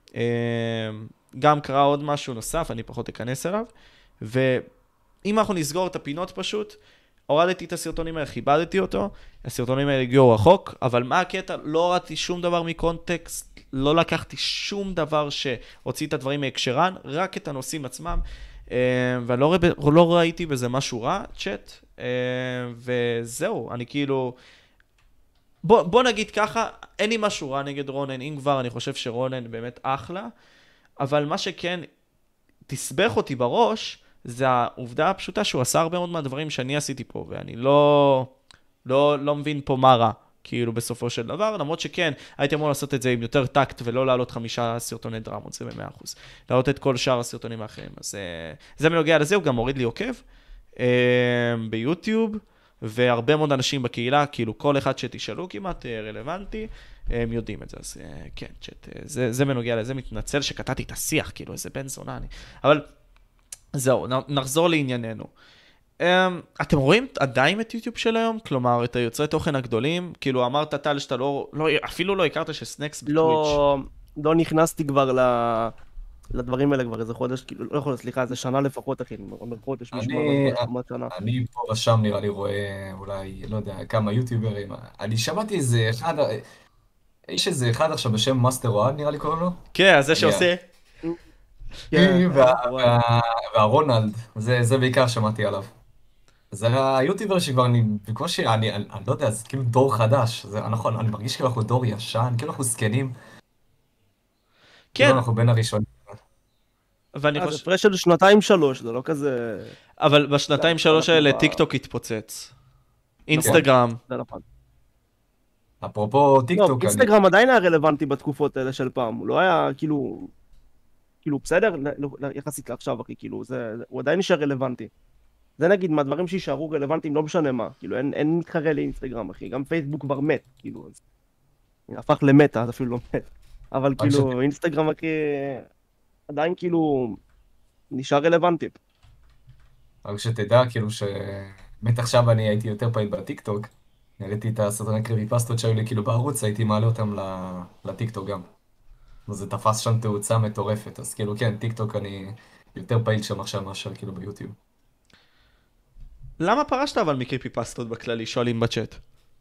[SPEAKER 2] גם קרה עוד משהו נוסף, אני פחות אכנס אליו, ואם אנחנו נסגור את הפינות פשוט, הורדתי את הסרטונים האלה, כיבדתי אותו, הסרטונים האלה הגיעו רחוק, אבל מה הקטע? לא הורדתי שום דבר מקונטקסט, לא לקחתי שום דבר שהוציא את הדברים מהקשרן, רק את הנושאים עצמם, ולא ראיתי בזה משהו רע, צ'אט, וזהו, אני כאילו, בוא נגיד ככה, אין לי משהו רע נגד רונן, אם כבר אני חושב שרונן באמת אחלה, אבל מה שכן תסבך אותי בראש, זה העובדה הפשוטה שהוא עשה הרבה מאוד מהדברים שאני עשיתי פה, ואני לא מבין פה מה רע, כאילו בסופו של דבר, למרות שכן, הייתי אמור לעשות את זה עם יותר טקט, ולא לעלות 5 סרטוני דרמות, זה ב100%. לעלות את כל שאר הסרטונים האחרים, אז זה מנוגע לזה, הוא גם מוריד לי עוקב ביוטיוב, והרבה מאוד אנשים בקהילה, כאילו כל אחד שתשאלו כמעט רלוונטי, הם יודעים את זה, אז כן, זה מנוגע לזה, מתנצל שקטעתי את השיח, כאילו איזה בן זונה אני, אבל זהו, נחזור לענייננו. אתם רואים עדיין את יוטיוב של היום? כלומר, את היוצרי תוכן הגדולים? כאילו, אמרת טל שאתה אפילו לא הכרת שסנקס בטוויץ'.
[SPEAKER 3] לא נכנסתי כבר לדברים האלה כבר איזה חודש, כאילו, לא יכול, סליחה, איזה שנה לפחות, אחי, אני אומר חודש,
[SPEAKER 1] אני פה ושם נראה לי רואה אולי, לא יודע, כמה יוטיוברים. אני שמעתי איזה אחד, יש איזה אחד עכשיו בשם מאסטר אוהד, נראה לי קוראים לו?
[SPEAKER 2] כן, זה שעושה.
[SPEAKER 3] כן, וואי.
[SPEAKER 1] והרונלד, זה בעיקר שמעתי עליו. זה היוטיובר שכבר אני בקושי, אני לא יודע, זה כאילו דור חדש. זה נכון, אני מרגיש כאילו אנחנו דור ישן, כאילו אנחנו זקנים, כאילו
[SPEAKER 2] כן,
[SPEAKER 1] אנחנו בין הראשונים.
[SPEAKER 2] ואני
[SPEAKER 3] זה
[SPEAKER 2] חושב...
[SPEAKER 3] הפרש של שנתיים-שלוש, זה לא כזה...
[SPEAKER 2] אבל בשנתיים שלוש
[SPEAKER 3] אנחנו
[SPEAKER 2] האלה טיק טוק התפוצץ.
[SPEAKER 3] נכון,
[SPEAKER 2] אינסטגרם.
[SPEAKER 3] זה נכון.
[SPEAKER 1] אפרופו טיק
[SPEAKER 3] לא,
[SPEAKER 1] טוק,
[SPEAKER 3] אינסטגרם עדיין היה רלוונטי בתקופות האלה של פעם, הוא לא היה כאילו בסדר, יחסית לעכשיו, אחי, כאילו, הוא עדיין נשאר רלוונטי. זה נגיד מהדברים שישארו רלוונטיים, לא משנה מה, כאילו, אין מתחרה לאינסטגרם, אחי, גם פייסבוק כבר מת, כאילו, אז... הפך למטה, אז אפילו לא מת. אבל
[SPEAKER 1] רק
[SPEAKER 3] כאילו, אינסטגרם, אחי, עדיין כאילו, נשאר רלוונטי.
[SPEAKER 1] רק שתדע, כאילו שבאמת עכשיו אני הייתי יותר פעיל בטיקטוק, העליתי את הסרטוני קריפי-פסטות שהיו לי כאילו בערוץ, הייתי מעלה אותם לטיקטוק גם. וזה תפס שם תאוצה מטורפת, אז כאילו כן, טיקטוק אני יותר פעיל שם עכשיו מאשר כאילו ביוטיוב.
[SPEAKER 2] למה פרשת אבל מקריפי פסטות בכללי? שואלים בצ'אט.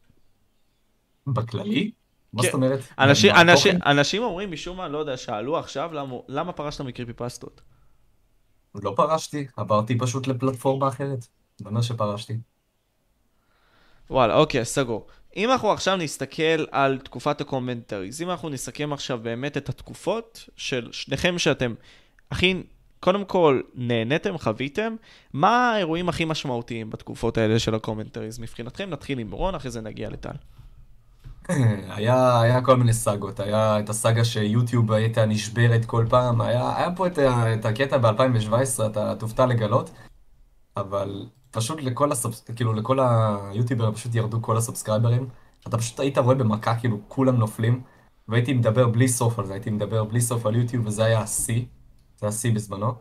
[SPEAKER 1] בכללי? מה
[SPEAKER 2] כן.
[SPEAKER 1] זאת אומרת?
[SPEAKER 2] אנשים אומרים משום מה, לא יודע, שאלו עכשיו, למה פרשת מקריפי פסטות?
[SPEAKER 1] לא פרשתי, עברתי פשוט לפלטפורמה אחרת. זה אומר שפרשתי.
[SPEAKER 2] וואלה, אוקיי, סגור. אם אנחנו עכשיו נסתכל על תקופת הקומנטריז, אם אנחנו נסכם עכשיו באמת את התקופות של שניכם שאתם הכי, קודם כל, נהניתם, חוויתם, מה האירועים הכי משמעותיים בתקופות האלה של הקומנטריז? מבחינתכם נתחיל עם רון, אחרי זה נגיע לטל.
[SPEAKER 1] היה כל מיני סאגות, היה את הסאגה שיוטיוב הייתה נשברת כל פעם, היה פה את הקטע ב-2017, אתה תופתע לגלות, אבל פשוט כאילו לכל היוטיוברים פשוט ירדו כל הסובסקרייברים, אתה פשוט היית רואה במכה כאילו כולם נופלים, והייתי מדבר בלי סוף על זה, הייתי מדבר בלי סוף על יוטיוב וזה היה השיא, זה השיא בזמנו.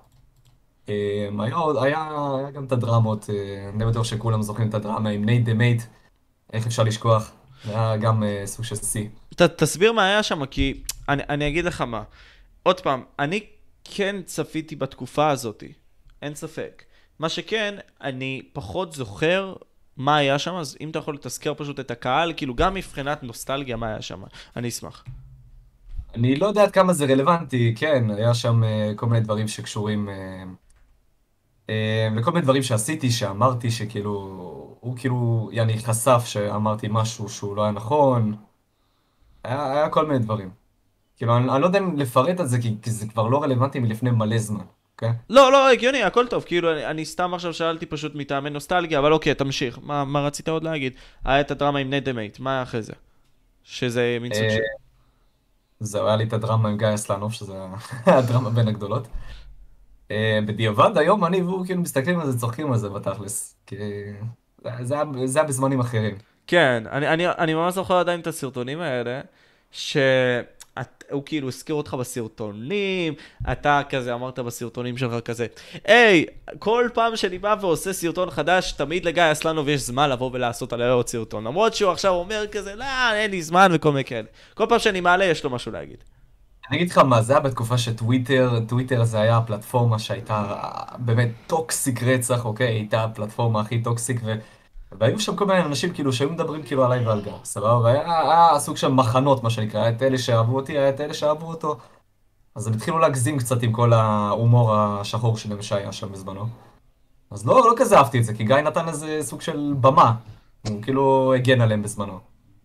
[SPEAKER 1] היה גם את הדרמות, אני בטוח שכולם זוכרים את הדרמה עם נייט דה מייט, איך אפשר לשכוח, זה היה גם סוג של שיא.
[SPEAKER 2] תסביר מה היה שם, כי אני אגיד לך מה. עוד פעם, אני כן צפיתי בתקופה הזאת, אין ספק. מה שכן, אני פחות זוכר מה היה שם, אז אם אתה יכול לתזכר פשוט את הקהל, כאילו גם מבחינת נוסטלגיה מה היה שם, אני אשמח.
[SPEAKER 1] אני לא יודע עד כמה זה רלוונטי, כן, היה שם כל מיני דברים שקשורים לכל מיני דברים שעשיתי, שאמרתי שכאילו, הוא כאילו, יעני חשף שאמרתי משהו שהוא לא היה נכון, היה כל מיני דברים. כאילו, אני לא יודע אם לפרט על זה, כי זה כבר לא רלוונטי מלפני מלא זמן, אוקיי?
[SPEAKER 2] לא, לא, הגיוני, הכל טוב, כאילו אני סתם עכשיו שאלתי פשוט מטעמי נוסטלגיה, אבל אוקיי, תמשיך, מה רצית עוד להגיד? היה את הדרמה עם נייט דה מייט, מה היה אחרי זה? שזה מין סוג של...
[SPEAKER 1] זהו, היה לי את הדרמה עם גיא אסלנוב, שזה הדרמה בין הגדולות. בדיעבד היום אני והוא כאילו מסתכלים על זה, צוחקים על זה בתכלס. כי זה היה בזמנים אחרים.
[SPEAKER 2] כן, אני ממש זוכר עדיין את הסרטונים האלה, שהוא כאילו הזכיר אותך בסרטונים, אתה כזה אמרת בסרטונים שלך כזה, היי, כל פעם שאני בא ועושה סרטון חדש, תמיד לגיא אסלנוב יש זמן לבוא ולעשות עליו עוד סרטון, למרות שהוא עכשיו אומר כזה, לא, אין לי זמן וכל מיני כאלה. כל פעם שאני מעלה יש לו משהו להגיד.
[SPEAKER 1] אני אגיד לך מה, זה היה בתקופה שטוויטר זה היה הפלטפורמה שהייתה באמת טוקסיק רצח, אוקיי? הייתה הפלטפורמה הכי טוקסיק, והיו שם כל מיני אנשים כאילו שהיו מדברים כאילו עליי ועל גיא, סבבה? והיה סוג של מחנות, מה שנקרא, היה את אלה שאהבו אותי, היה את אלה שאהבו אותו. אז הם התחילו להגזים קצת עם כל ההומור השחור שלהם שהיה שם בזמנו. אז לא כזה אהבתי את זה, כי גיא נתן איזה סוג של במה. הוא כאילו הגן עליהם בזמנו.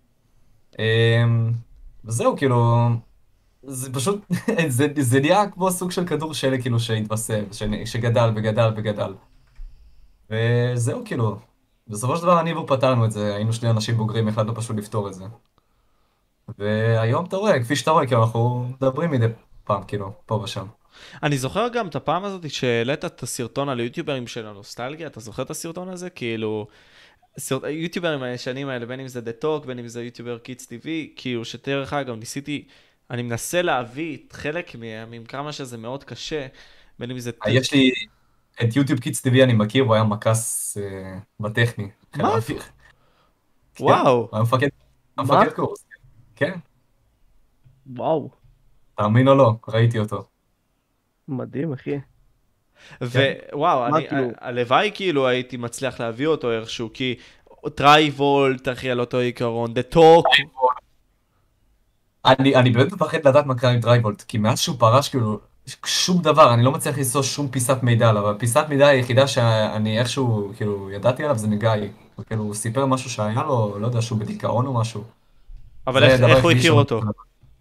[SPEAKER 1] וזהו, כאילו, זה פשוט, זה נהיה כמו סוג של כדור שלג כאילו שהתווסף, שגדל וגדל וגדל. וזהו כאילו, בסופו של דבר אני והוא פתרנו את זה, היינו שני אנשים בוגרים, החלטנו פשוט לפתור את זה. והיום אתה רואה, כפי שאתה רואה, כאילו אנחנו מדברים מדי פעם, כאילו, פה ושם.
[SPEAKER 2] אני זוכר גם את הפעם הזאת שהעלית את הסרטון על היוטיוברים של הנוסטלגיה, אתה זוכר את הסרטון הזה? כאילו, היוטיוברים הישנים האלה, בין אם זה The Talk, בין אם זה יוטיובר קידס TV, כאילו שדרך אגב אני מנסה להביא את חלק מהם, כמה שזה מאוד קשה, בין אם זה...
[SPEAKER 1] יש לי את יוטיוב קידס TV אני מכיר, הוא היה מקס בטכני.
[SPEAKER 2] מה?
[SPEAKER 1] כן,
[SPEAKER 2] וואו.
[SPEAKER 1] הוא היה מפקד קורס. כן,
[SPEAKER 3] וואו,
[SPEAKER 1] תאמין או לא, ראיתי אותו.
[SPEAKER 3] מדהים, אחי.
[SPEAKER 2] ווואו,
[SPEAKER 3] מה,
[SPEAKER 2] אני,
[SPEAKER 3] כאילו?
[SPEAKER 2] הלוואי כאילו הייתי מצליח להביא אותו איכשהו, כי טרייבולט, אחי, על אותו עיקרון, The Talk.
[SPEAKER 1] אני באמת מפחד לדעת מה קרה עם דרייבולט, כי מאז שהוא פרש, כאילו, שום דבר, אני לא מצליח למצוא שום פיסת מידע עליו, הפיסת מידע היחידה שאני איכשהו, כאילו, ידעתי עליו זה מגיא. הוא כאילו, הוא סיפר משהו שהיה לו, לא יודע, שהוא בדיכאון או משהו.
[SPEAKER 2] אבל
[SPEAKER 1] זה הדבר
[SPEAKER 2] איך הוא
[SPEAKER 1] היחידי
[SPEAKER 2] הכיר
[SPEAKER 1] שמעתי
[SPEAKER 2] אותו?
[SPEAKER 1] עליו.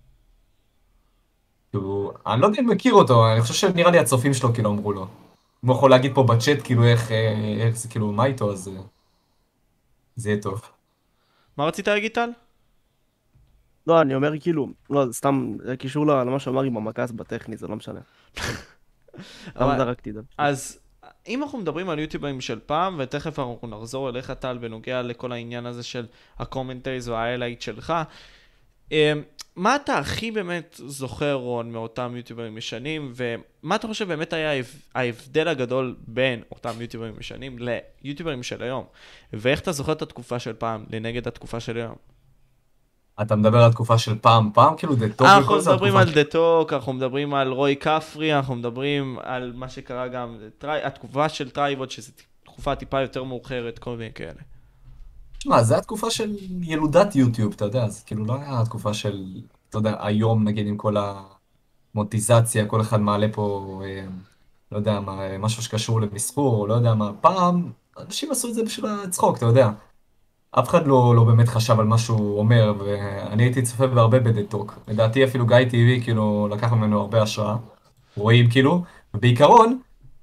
[SPEAKER 1] כאילו, אני לא יודע אם מכיר אותו, אני חושב שנראה לי הצופים שלו כאילו אמרו לו. הוא יכול להגיד פה בצ'אט כאילו איך זה כאילו מה איתו, אז זה יהיה טוב.
[SPEAKER 2] מה רצית להגיד, טל?
[SPEAKER 3] לא, אני אומר כאילו, לא, זה סתם, זה קישור למה שאמר עם המקס בטכני, זה לא משנה. סתם
[SPEAKER 2] אבל-
[SPEAKER 3] זרקתי את זה.
[SPEAKER 2] אז אם אנחנו מדברים על יוטיוברים של פעם, ותכף אנחנו נחזור אליך, טל, בנוגע לכל העניין הזה של הקומנטריז וההיילייט שלך, מה אתה הכי באמת זוכר, רון, מאותם יוטיוברים ישנים, ומה אתה חושב באמת היה ההבדל הגדול בין אותם יוטיוברים ישנים ליוטיוברים של היום? ואיך אתה זוכר את התקופה של פעם לנגד התקופה של היום?
[SPEAKER 1] אתה מדבר על התקופה של פעם, כאילו דה טוב
[SPEAKER 2] אנחנו
[SPEAKER 1] וכל זה,
[SPEAKER 2] מדברים
[SPEAKER 1] התקופה
[SPEAKER 2] על דטוק, אנחנו מדברים על רוי כפרי, אנחנו מדברים על מה שקרה גם, התקופה של טרייבוד, שזו תקופה טיפה יותר מאוחרת, כל מיני כאלה.
[SPEAKER 1] שמע, זה התקופה של ילודת יוטיוב, אתה יודע, זה כאילו לא היה התקופה של, אתה יודע, היום נגיד עם כל המוטיזציה, כל אחד מעלה פה, לא יודע מה, משהו שקשור למסחור, לא יודע מה, פעם אנשים עשו את זה בשביל הצחוק, אתה יודע. אף אחד לא באמת חשב על מה שהוא אומר, ואני הייתי צופה בהרבה בדטוק. לדעתי אפילו גיא טיבי, כאילו, לקח ממנו הרבה השראה. רואים, כאילו, ובעיקרון,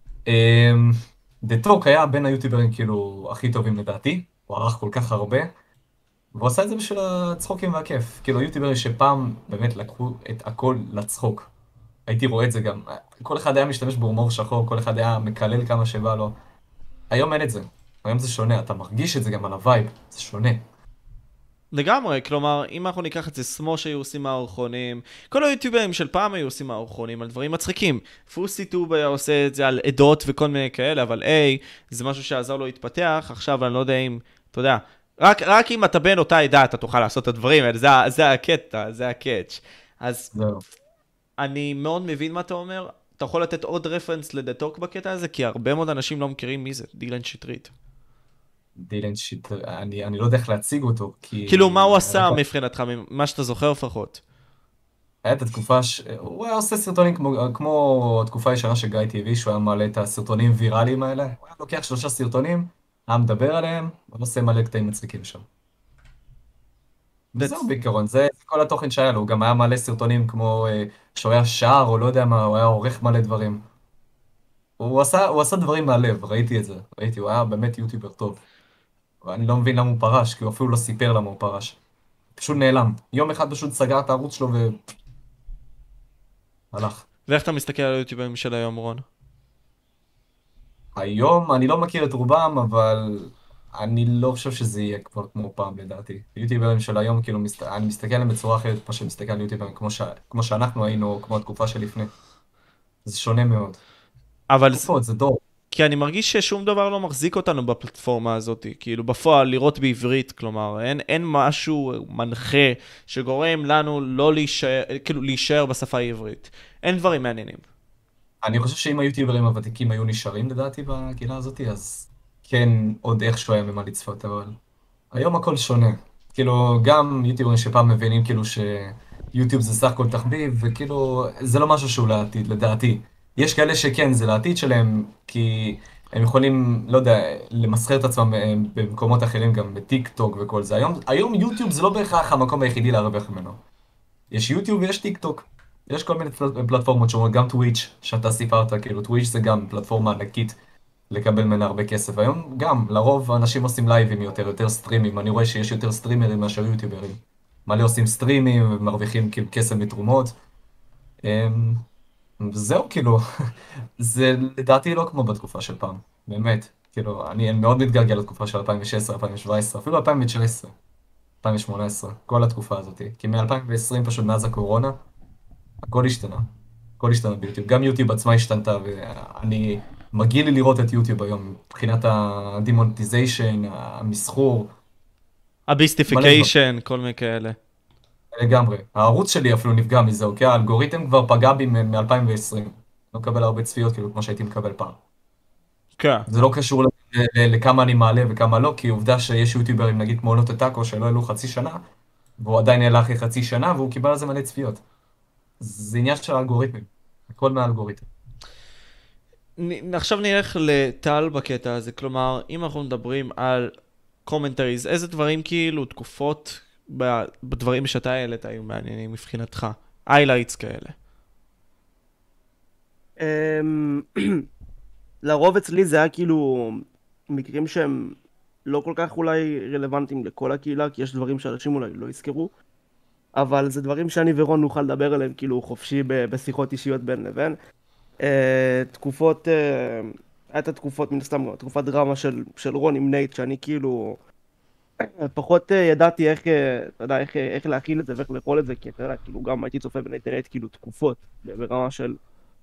[SPEAKER 1] דטוק היה בין היוטיוברים, כאילו, הכי טובים לדעתי. הוא ערך כל כך הרבה, והוא עשה את זה בשביל הצחוקים והכיף. כאילו, יוטיוברים שפעם באמת לקחו את הכל לצחוק. הייתי רואה את זה גם. כל אחד היה משתמש בהומור שחור, כל אחד היה מקלל כמה שבא לו. היום אין את זה. היום זה שונה, אתה מרגיש את זה גם על הווייב, זה שונה.
[SPEAKER 2] לגמרי, כלומר, אם אנחנו ניקח את זה כמו שהיו עושים מערכונים, כל היוטיוברים של פעם היו עושים מערכונים על דברים מצחיקים. פוסי טוב היה עושה את זה על עדות וכל מיני כאלה, אבל זה משהו שעזר לו להתפתח. עכשיו אני לא יודע אם, אתה יודע, רק אם אתה בין אותה עדה אתה תוכל לעשות את הדברים האלה, זה הקטע, זה הקאץ'. אז
[SPEAKER 1] זהו.
[SPEAKER 2] אני מאוד מבין מה אתה אומר. אתה יכול לתת עוד רפרנס לדטוק בקטע הזה, כי הרבה מאוד אנשים לא מכירים מי זה, דילן שטרית.
[SPEAKER 1] דילן שיט, אני לא יודע איך להציג אותו, כי...
[SPEAKER 2] כאילו, מה הוא עשה מבחינתך, ממה שאתה זוכר לפחות?
[SPEAKER 1] היה את התקופה הוא היה עושה סרטונים כמו התקופה הישנה של גיא טיבי, שהוא היה מעלה את הסרטונים ויראליים האלה. הוא היה לוקח 3 סרטונים, היה מדבר עליהם, ועושה מלא קטעים מצחיקים שם. וזהו בעיקרון, זה כל התוכן שהיה לו. הוא גם היה מעלה סרטונים כמו שהוא היה שר, או לא יודע מה, הוא היה עורך מלא דברים. הוא עשה דברים מהלב, ראיתי את זה. הוא היה באמת יוטיובר טוב. ואני לא מבין למה הוא פרש, כי הוא אפילו לא סיפר למה הוא פרש. פשוט נעלם. יום אחד פשוט סגר את הערוץ שלו והלך.
[SPEAKER 2] ואיך אתה מסתכל על היוטיוברים של היום, רון?
[SPEAKER 1] היום אני לא מכיר את רובם, אבל אני לא חושב שזה יהיה כבר כמו פעם לדעתי. יוטיוברים של היום, כאילו, אני מסתכל עליהם בצורה אחרת, מה שמסתכל על יוטיוברים כמו שאנחנו היינו, כמו התקופה שלפני. זה שונה מאוד.
[SPEAKER 2] אבל
[SPEAKER 1] תקופות, זה דור.
[SPEAKER 2] כי אני מרגיש ששום דבר לא מחזיק אותנו בפלטפורמה הזאת, כאילו בפועל לראות בעברית, כלומר, אין משהו מנחה שגורם לנו לא להישאר, כאילו להישאר בשפה העברית. אין דברים מעניינים.
[SPEAKER 1] אני חושב שאם היוטיוברים הוותיקים היו נשארים לדעתי בקהילה הזאת, אז כן עוד איכשהו היה ממה לצפות, אבל היום הכל שונה. כאילו, גם יוטיוברים שפעם מבינים כאילו שיוטיוב זה סך הכל תחביב, וכאילו, זה לא משהו שהוא לעתיד, לדעתי. יש כאלה שכן, זה לעתיד שלהם, כי הם יכולים, לא יודע, למסחר את עצמם במקומות אחרים, גם בטיק טוק וכל זה. היום יוטיוב זה לא בהכרח המקום היחידי להרוויח ממנו. יש יוטיוב ויש טיק טוק. יש כל מיני פלטפורמות שאומרות, גם טוויץ' שאתה סיפרת, כאילו טוויץ' זה גם פלטפורמה ענקית לקבל ממנה הרבה כסף. היום גם, לרוב אנשים עושים לייבים יותר סטרימים. אני רואה שיש יותר סטרימרים מאשר יוטיוברים. מלא עושים סטרימים ומרוויחים כאילו כסף מתרומות. זהו כאילו, זה לדעתי לא כמו בתקופה של פעם, באמת. כאילו, אני מאוד מתגעגע לתקופה של 2016, 2017, אפילו 2019, 2018, כל התקופה הזאת. כי מ-2020 פשוט מאז הקורונה, הכל השתנה. הכל השתנה ביוטיוב. גם יוטיוב עצמה השתנתה, ואני מגעיל לי לראות את יוטיוב היום, מבחינת הדימונטיזיישן, המסחור.
[SPEAKER 2] הביסטיפיקיישן, כל מיני כאלה.
[SPEAKER 1] לגמרי. הערוץ שלי אפילו נפגע מזה, אוקיי? האלגוריתם כבר פגע בי מ-2020. לא מקבל הרבה צפיות, כאילו, כמו שהייתי מקבל פעם.
[SPEAKER 2] כן.
[SPEAKER 1] זה לא קשור לכמה אני מעלה וכמה לא, כי עובדה שיש יוטיוברים, נגיד כמו עונות הטאקו, שלא העלו חצי שנה, והוא עדיין העלה אחרי חצי שנה, והוא קיבל על זה מלא צפיות. זה עניין של האלגוריתמים. הכל מהאלגוריתם.
[SPEAKER 2] עכשיו נלך לטל בקטע הזה, כלומר, אם אנחנו מדברים על commentaries, איזה דברים כאילו, תקופות בדברים שאתה העלית היו מעניינים מבחינתך? highlights כאלה.
[SPEAKER 3] לרוב אצלי זה היה כאילו מקרים שהם לא כל כך אולי רלוונטיים לכל הקהילה, כי יש דברים שאנשים אולי לא יזכרו, אבל זה דברים שאני ורון נוכל לדבר עליהם כאילו חופשי בשיחות אישיות בין לבין. תקופות, הייתה תקופות מן הסתם, תקופת דרמה של רון עם נייט, שאני כאילו פחות ידעתי איך, אתה יודע, איך להכיל את זה ואיך לאכול את זה, כי אתה יודע, כאילו גם הייתי צופה בנייט כאילו תקופות, ברמה של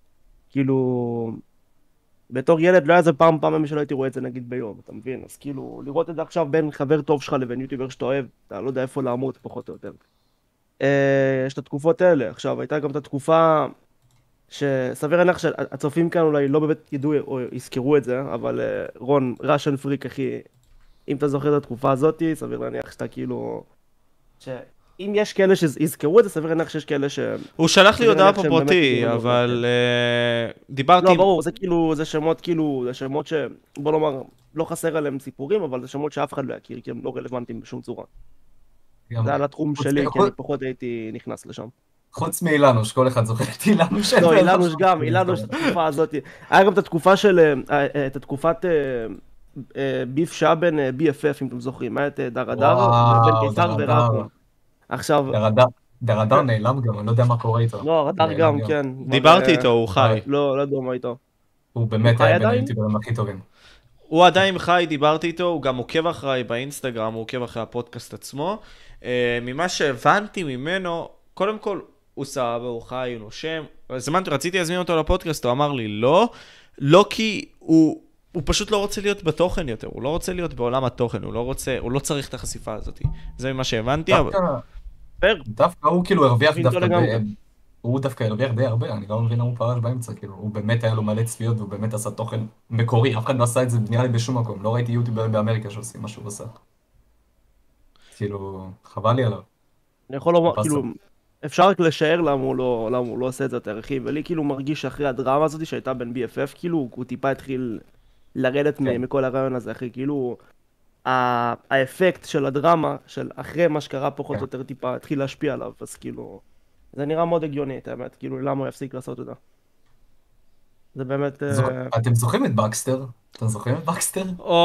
[SPEAKER 3] כאילו, בתור ילד לא היה זה פעם שלא הייתי רואה את זה נגיד ביום, אתה מבין? אז כאילו, לראות את זה עכשיו בין חבר טוב שלך לבין יוטיובר שאתה אוהב, אתה לא יודע איפה לעמוד פחות או יותר. יש את התקופות האלה. עכשיו, הייתה גם את התקופה שסביר להניח שהצופים כאן אולי לא באמת ידעו או יזכרו את זה, אבל רון, ראשן פריק, אחי, אם אתה זוכר את התקופה הזאת, סביר להניח שאתה כאילו... אם יש כאלה שיזכרו את זה, סביר להניח שיש כאלה ש...
[SPEAKER 2] הוא שלח לי הודעה פה פרטי, אבל דיברתי...
[SPEAKER 3] לא, ברור, זה כאילו, זה שמות כאילו, זה שמות ש... בוא נאמר, לא חסר עליהם סיפורים, אבל זה שמות שאף אחד לא יכיר, כי הם לא רלוונטיים בשום צורה. זה על התחום שלי, כי אני פחות הייתי נכנס לשם.
[SPEAKER 1] חוץ מאילנוש, כל אחד זוכר את אילנוש.
[SPEAKER 3] לא, אילנוש גם, אילנוש את התקופה הזאת. היה גם את התקופה של, את התקופת ביף שעה בין BFF, אם אתם זוכרים, היה את דרדר, בין קיסר ורקום. עכשיו...
[SPEAKER 1] דרדר נעלם גם, אני לא יודע מה קורה איתו.
[SPEAKER 3] לא, רדר גם, כן.
[SPEAKER 2] דיברתי איתו, הוא חי.
[SPEAKER 3] לא יודע מה איתו.
[SPEAKER 1] הוא באמת היה בין היוטיוברים הכי טובים.
[SPEAKER 2] הוא עדיין חי, דיברתי איתו, הוא גם עוקב אחריי באינסטגרם, הוא עוקב אחרי הפודקאסט עצמו. ממה שהבנתי ממנו, קודם כל, הוא סבבה, הוא חי, הוא נושם. רציתי להזמין אותו לפודקאסט, הוא אמר לי לא כי הוא פשוט לא רוצה להיות בתוכן יותר, הוא לא רוצה להיות בעולם התוכן, הוא לא צריך את החשיפה הזאת. זה ממה שהבנתי.
[SPEAKER 1] דווקא הוא כאילו הרוויח הוא דווקא הרוויח די הרבה, אני לא מבין למה הוא פרש באמצע, כאילו, הוא באמת היה לו מלא צפיות, והוא באמת עשה תוכן מקורי, אף אחד לא עשה את זה נראה לי בשום מקום, לא ראיתי יוטיוברים באמריקה שעושים מה שהוא עושה. כאילו, חבל לי עליו.
[SPEAKER 3] אני יכול לומר, כאילו, אפשר רק לשער למה הוא לא עושה את זה יותר, אחי, ולי כאילו מרגיש שאחרי הדרמה הזאת שהייתה בין BFF, כאילו, הוא טיפה התחיל לרדת מכל הרעיון הזה, אחי, כאילו, האפקט של הדרמה, של אחרי מה שקרה פחות או יותר טיפה, התחיל להשפיע עליו, אז כאילו, זה נראה מאוד הגיוני, את האמת, כאילו, למה הוא יפסיק לעשות את זה? זה באמת...
[SPEAKER 1] אתם זוכרים את בקסטר? אתם זוכרים את בקסטר?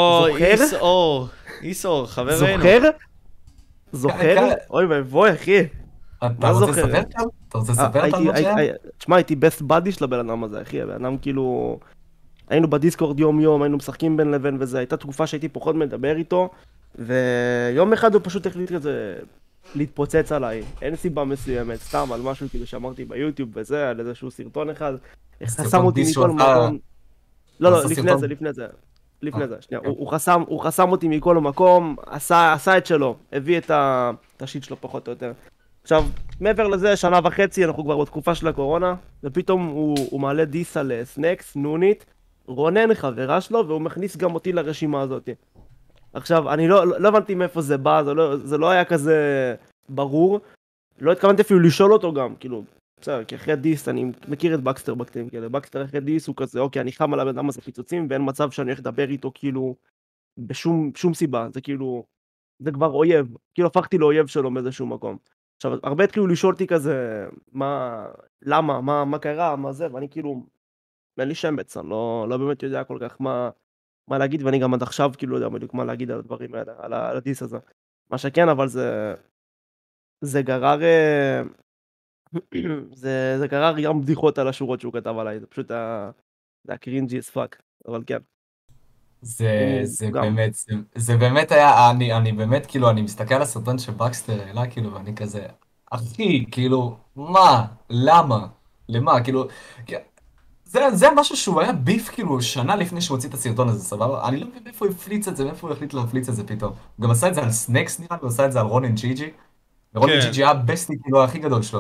[SPEAKER 2] איסור, חברנו.
[SPEAKER 3] זוכר? אוי ואבוי, אחי.
[SPEAKER 1] אתה רוצה לספר כאן? אתה רוצה לספר כאן מה שהיה?
[SPEAKER 3] תשמע, הייתי בסט בדי של הבן אדם הזה, אחי. הבן אדם כאילו... היינו בדיסקורד יום, היינו משחקים בין לבין וזה. הייתה תקופה שהייתי פחות מדבר איתו, ויום אחד הוא פשוט החליט כזה להתפוצץ עליי. אין סיבה מסוימת, סתם על משהו כאילו שאמרתי ביוטיוב וזה, על איזשהו סרטון אחד. חסם אותי מכל מקום. לא, לפני זה, שנייה. הוא חסם אותי מכל מקום, עשה את שלו, הביא את השיט שלו פחות או יותר. עכשיו, מעבר לזה, שנה וחצי, אנחנו כבר בתקופה של הקורונה, ופתאום הוא מעלה דיס על סנקס, נונית, רונן חברה שלו, והוא מכניס גם אותי לרשימה הזאת. עכשיו, אני לא הבנתי מאיפה זה בא, זה לא היה כזה ברור, לא התכוונתי אפילו לשאול אותו גם, כאילו, בסדר, כי אחרי דיס, אני מכיר את בקסטר בקטעים כאלה, בקסטר אחרי דיס הוא כזה, אוקיי, אני חם על הבן אדם הזה פיצוצים, ואין מצב שאני הולך לדבר איתו, כאילו, בשום סיבה, זה כאילו, זה כבר אויב, כאילו הפכתי לאויב שלו מאיזשהו מקום. עכשיו, הרבה התחילו לשאול אותי כזה, למה, מה קרה, מה זה, ואני כאילו, אין לי שמץ, אני לא באמת יודע כל כך מה להגיד, ואני גם עד עכשיו כאילו לא יודע בדיוק מה להגיד על הדברים האלה, על הדיס הזה. מה שכן, אבל זה גרר, זה גרר גם בדיחות על השורות שהוא כתב עליי, זה פשוט היה קרינג'י as fuck, אבל כן.
[SPEAKER 1] זה באמת היה, אני באמת כאילו, אני מסתכל על הסרטון שבקסטר העלה כאילו, ואני כזה, אחי, כאילו, מה? למה? למה? כאילו, זה משהו שהוא היה ביף כאילו שנה לפני שהוא הוציא את הסרטון הזה, סבבה? אני לא מבין מאיפה הוא הפליץ את זה, מאיפה הוא החליט להפליץ את זה פתאום. הוא גם עשה את זה על סנקס נראה, הוא עשה את זה על רונן ג'י-ג'י, ורונן ג'י-ג'י היה הבסטי כאילו הכי גדול שלו.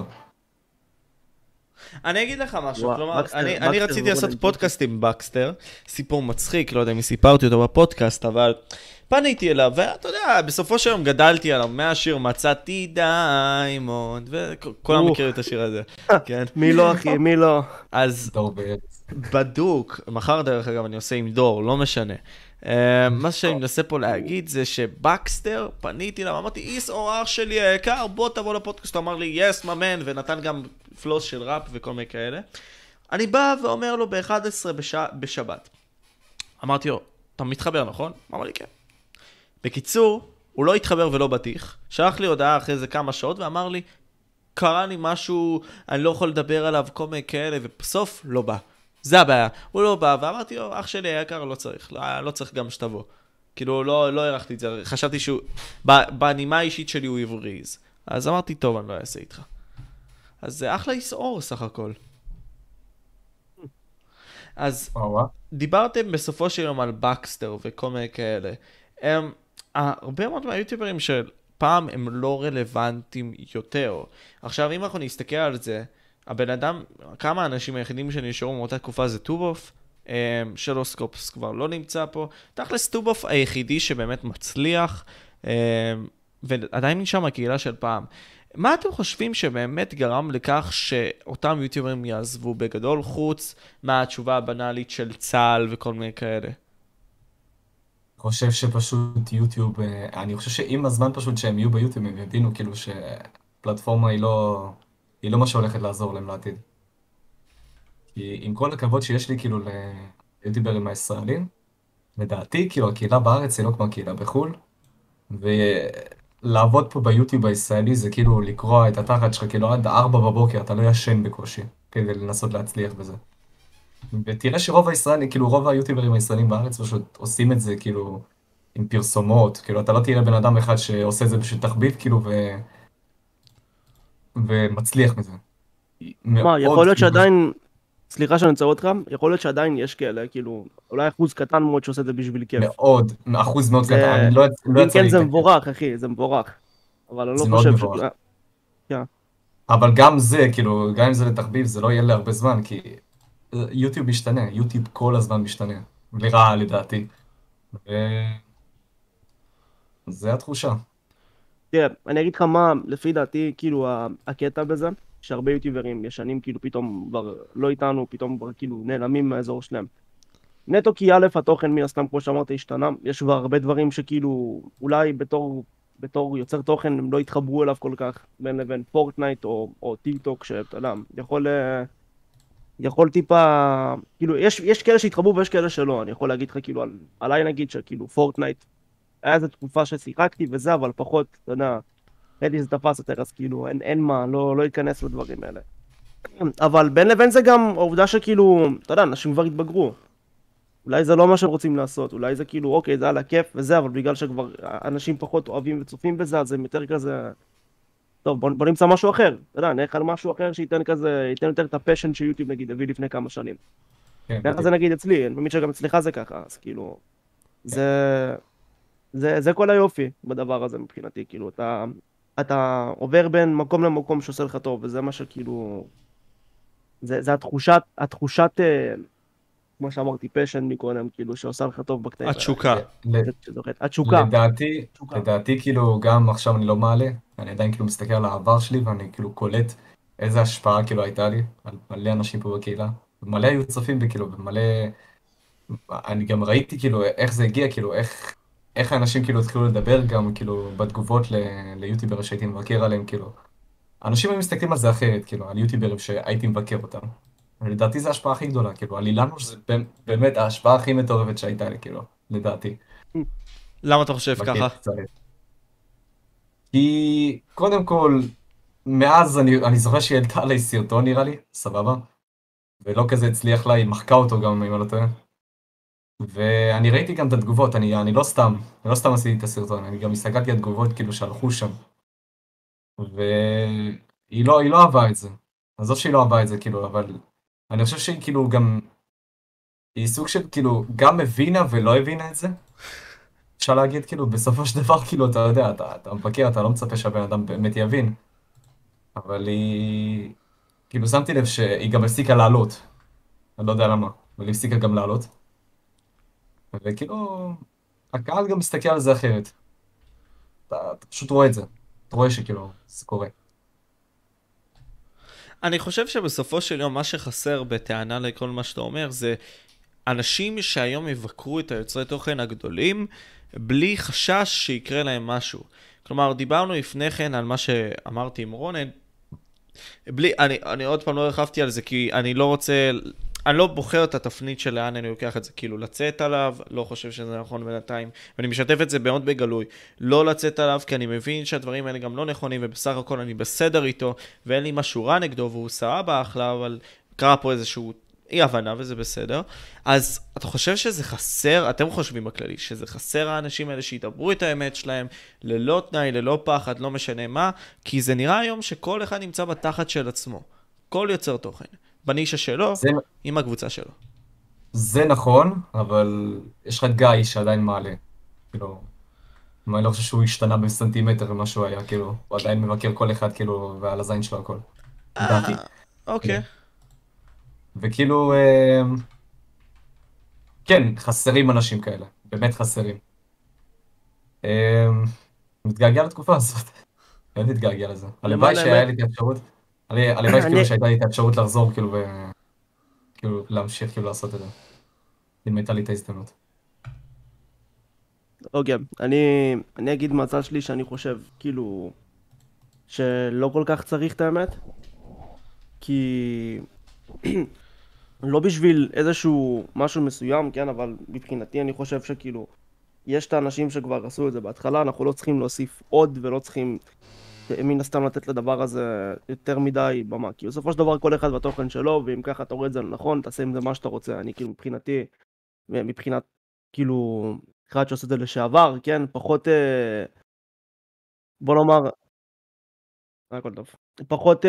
[SPEAKER 2] אני אגיד לך משהו, כלומר, אני רציתי לעשות פודקאסט עם בקסטר, סיפור מצחיק, לא יודע אם סיפרתי אותו בפודקאסט, אבל פניתי אליו, ואתה יודע, בסופו של יום גדלתי עליו, מהשיר מצאתי דיימונד, וכולם מכירים את השיר הזה, כן?
[SPEAKER 3] מי לא, אחי, מי לא?
[SPEAKER 2] אז
[SPEAKER 1] דור בארץ.
[SPEAKER 2] בדוק, מחר דרך אגב אני עושה עם דור, לא משנה. מה שאני מנסה פה להגיד זה שבקסטר, פניתי אליו, אמרתי, איס אורח שלי היקר, בוא תבוא לפודקאסט, הוא אמר לי, yes, מאמן, ונתן גם פלוס של ראפ וכל מיני כאלה. אני בא ואומר לו ב-11 בשבת. אמרתי לו, אתה מתחבר, נכון? אמר לי, כן. בקיצור, הוא לא התחבר ולא בטיח, שלח לי הודעה אחרי זה כמה שעות ואמר לי, קרה לי משהו, אני לא יכול לדבר עליו, כל מיני כאלה, ובסוף לא בא. זה הבעיה. הוא לא בא, ואמרתי לו, אח שלי היקר, לא צריך, לא צריך גם שתבוא. כאילו, לא הערכתי את זה, חשבתי שהוא, בנימה האישית שלי הוא יבריז. אז אמרתי, טוב, אני לא אעשה איתך. אז זה אחלה יסעור סך הכל. אז
[SPEAKER 1] וואו.
[SPEAKER 2] דיברתם בסופו של יום על בקסטר וכל מיני כאלה. הרבה מאוד מהיוטיוברים של פעם הם לא רלוונטיים יותר. עכשיו, אם אנחנו נסתכל על זה, הבן אדם, כמה האנשים היחידים שנשארו מאותה תקופה זה טובוף, שלוסקופס כבר לא נמצא פה. תכלס טובוף היחידי שבאמת מצליח, ועדיין נשאר הקהילה של פעם. מה אתם חושבים שבאמת גרם לכך שאותם יוטיוברים יעזבו בגדול חוץ מהתשובה הבנאלית של צה"ל וכל מיני כאלה?
[SPEAKER 1] חושב שפשוט יוטיוב, אני חושב שעם הזמן פשוט שהם יהיו ביוטיוב, הם יבינו כאילו שפלטפורמה היא לא מה שהולכת לעזור להם לעתיד. כי עם כל הכבוד שיש לי כאילו ליוטיוברים הישראלים, לדעתי כאילו הקהילה בארץ היא לא כמו הקהילה בחו"ל, ולעבוד פה ביוטיוב הישראלי זה כאילו לקרוע את התחת שלך כאילו עד 4 בבוקר, אתה לא ישן בקושי, כדי לנסות להצליח בזה. ותראה שרוב הישראלים, כאילו רוב היוטיוברים הישראלים בארץ פשוט עושים את זה כאילו עם פרסומות, כאילו אתה לא תראה בן אדם אחד שעושה את זה בשביל תחביב כאילו ומצליח מזה.
[SPEAKER 3] מה,
[SPEAKER 1] מאוד,
[SPEAKER 3] יכול להיות
[SPEAKER 1] כאילו,
[SPEAKER 3] שעדיין, סליחה שאני אמצא אותך, יכול להיות שעדיין יש כאלה, כאילו, אולי אחוז קטן מאוד שעושה את זה בשביל כיף.
[SPEAKER 1] מאוד, אחוז מאוד קטן,
[SPEAKER 3] זה,
[SPEAKER 1] אני לא
[SPEAKER 3] אם
[SPEAKER 1] יצא
[SPEAKER 3] כן
[SPEAKER 1] לי
[SPEAKER 3] זה
[SPEAKER 1] להתקל.
[SPEAKER 3] מבורך, אחי, זה מבורך. אבל אני לא
[SPEAKER 1] זה מאוד
[SPEAKER 3] חושב ש...
[SPEAKER 1] מבורך.
[SPEAKER 3] כן.
[SPEAKER 1] אבל גם זה, כאילו, גם אם זה לתחביב, זה לא יהיה להרבה זמן, כי יוטיוב משתנה, יוטיוב כל הזמן משתנה, לרעה לדעתי. וזה התחושה.
[SPEAKER 3] תראה, אני אגיד לך מה, לפי דעתי, כאילו, הקטע בזה, שהרבה יוטיוברים ישנים, כאילו, פתאום כבר לא איתנו, פתאום כבר כאילו נעלמים מהאזור שלהם. נטו כי א', התוכן מן הסתם, כמו שאמרת, השתנה, יש כבר הרבה דברים שכאילו, אולי בתור יוצר תוכן, הם לא יתחברו אליו כל כך, בין לבין פורטנייט או טיק טוק, שאתה יודע, יכול טיפה, כאילו, יש כאלה שהתחברו ויש כאלה שלא, אני יכול להגיד לך, כאילו, עליי נגיד שכאילו, פורטנייט, היה איזו תקופה ששיחקתי וזה, אבל פחות, אתה יודע, ראיתי שזה תפס יותר, אז כאילו, אין מה, לא ייכנס לדברים האלה. אבל בין לבין זה גם העובדה שכאילו, אתה יודע, אנשים כבר התבגרו. אולי זה לא מה שהם רוצים לעשות, אולי זה כאילו, אוקיי, זה על הכיף וזה, אבל בגלל שכבר אנשים פחות אוהבים וצופים בזה, אז הם יותר כזה, טוב, בוא נמצא משהו אחר, אתה יודע, נלך על משהו אחר שייתן כזה, ייתן יותר את הפשן שיוטיוב נגיד הביא לפני כמה שנים.
[SPEAKER 1] כן,
[SPEAKER 3] ככה זה נגיד אצלי, אני מאמין שגם אצלך זה ככה, אז כאילו, זה כל היופי בדבר הזה מבחינתי, כאילו, אתה עובר בין מקום למקום שעושה לך טוב, וזה מה שכאילו, זה התחושת, כמו שאמרתי, פשן מקודם, כאילו, שעושה לך טוב בקטעים האלה.
[SPEAKER 2] התשוקה.
[SPEAKER 3] התשוקה.
[SPEAKER 1] לדעתי כאילו גם עכשיו אני לא מעלה, אני עדיין כאילו מסתכל על העבר שלי ואני כאילו קולט איזה השפעה כאילו הייתה לי על מלא אנשים פה בקהילה. מלא היו צופים בי כאילו, ומלא... אני גם ראיתי כאילו איך זה הגיע, כאילו איך האנשים כאילו התחילו לדבר גם כאילו בתגובות ליוטיובר שהייתי מבקר עליהם כאילו. אנשים היו מסתכלים על זה אחרת, כאילו, על יוטיוברים שהייתי מבקר אותם. ולדעתי זו ההשפעה הכי גדולה, כאילו, על אילנוש זה באמת ההשפעה הכי מטורפת שהייתה לי, כאילו, לדעתי.
[SPEAKER 2] למה אתה חושב ככה?
[SPEAKER 1] כי קודם כל, מאז אני זוכר שהיא העלתה עליי סרטון נראה לי, סבבה? ולא כזה הצליח לה, היא מחקה אותו גם, אם אני לא טועה. ואני ראיתי גם את התגובות, אני לא סתם עשיתי את הסרטון, אני גם הסתכלתי על תגובות כאילו שהלכו שם. והיא לא אהבה את זה. עזוב שהיא לא אהבה את זה, כאילו, אבל אני חושב שהיא כאילו גם, היא סוג של כאילו, גם הבינה ולא הבינה את זה. אפשר להגיד כאילו, בסופו של דבר, כאילו, אתה יודע, אתה מבקר, אתה לא מצפה שהבן אדם באמת יבין. אבל היא, כאילו, שמתי לב שהיא גם הפסיקה לעלות. אני לא יודע למה, אבל היא הפסיקה גם לעלות. וכאילו, הקהל גם מסתכל על זה אחרת. אתה פשוט רואה את זה. אתה רואה שכאילו, זה קורה.
[SPEAKER 2] אני חושב שבסופו של יום מה שחסר בטענה לכל מה שאתה אומר זה אנשים שהיום יבקרו את היוצרי תוכן הגדולים בלי חשש שיקרה להם משהו. כלומר, דיברנו לפני כן על מה שאמרתי עם רונן, אני עוד פעם לא הרחבתי על זה כי אני לא רוצה, אני לא בוחר את התפנית של לאן אני לוקח את זה, כאילו לצאת עליו, לא חושב שזה נכון בינתיים, ואני משתף את זה מאוד בגלוי, לא לצאת עליו כי אני מבין שהדברים האלה גם לא נכונים, ובסך הכל אני בסדר איתו, ואין לי משהו רע נגדו, והוא סבבה אחלה, אבל קרה פה איזשהו אי הבנה וזה בסדר. אז אתה חושב שזה חסר, אתם חושבים בכללי, שזה חסר האנשים האלה שידברו את האמת שלהם, ללא תנאי, ללא פחד, לא משנה מה, כי זה נראה היום שכל אחד נמצא בתחת של עצמו. כל יוצר תוכן. בנישה שלו,
[SPEAKER 1] זה,
[SPEAKER 2] עם הקבוצה שלו.
[SPEAKER 1] זה נכון, אבל יש לך את גיא שעדיין מעלה. כאילו, אני לא חושב שהוא השתנה בסנטימטר ממה שהוא היה, כאילו, הוא עדיין מבקר כל אחד, כאילו, ועל הזין שלו הכל. לדעתי.
[SPEAKER 2] אוקיי.
[SPEAKER 1] וכאילו, כן, חסרים אנשים כאלה. באמת חסרים. מתגעגע לתקופה הזאת. אני מתגעגע לזה. הלוואי שהיה לי את האפשרות, הלוואי כאילו שהייתה לי את האפשרות לחזור, כאילו, וכאילו, להמשיך, כאילו, לעשות את זה. אם הייתה לי את ההזדמנות.
[SPEAKER 3] אוקיי, אני אגיד מהצד שלי שאני חושב, כאילו, שלא כל כך צריך את האמת, כי לא בשביל איזשהו משהו מסוים, כן, אבל מבחינתי אני חושב שכאילו, יש את האנשים שכבר עשו את זה בהתחלה, אנחנו לא צריכים להוסיף עוד ולא צריכים מן הסתם לתת לדבר הזה יותר מדי במה, כי בסופו של דבר כל אחד והתוכן שלו, ואם ככה אתה רואה את זה נכון, תעשה עם זה מה שאתה רוצה. אני כאילו מבחינתי, מבחינת כאילו אחד שעושה את זה לשעבר, כן, פחות, בוא נאמר, הכל טוב, פחות,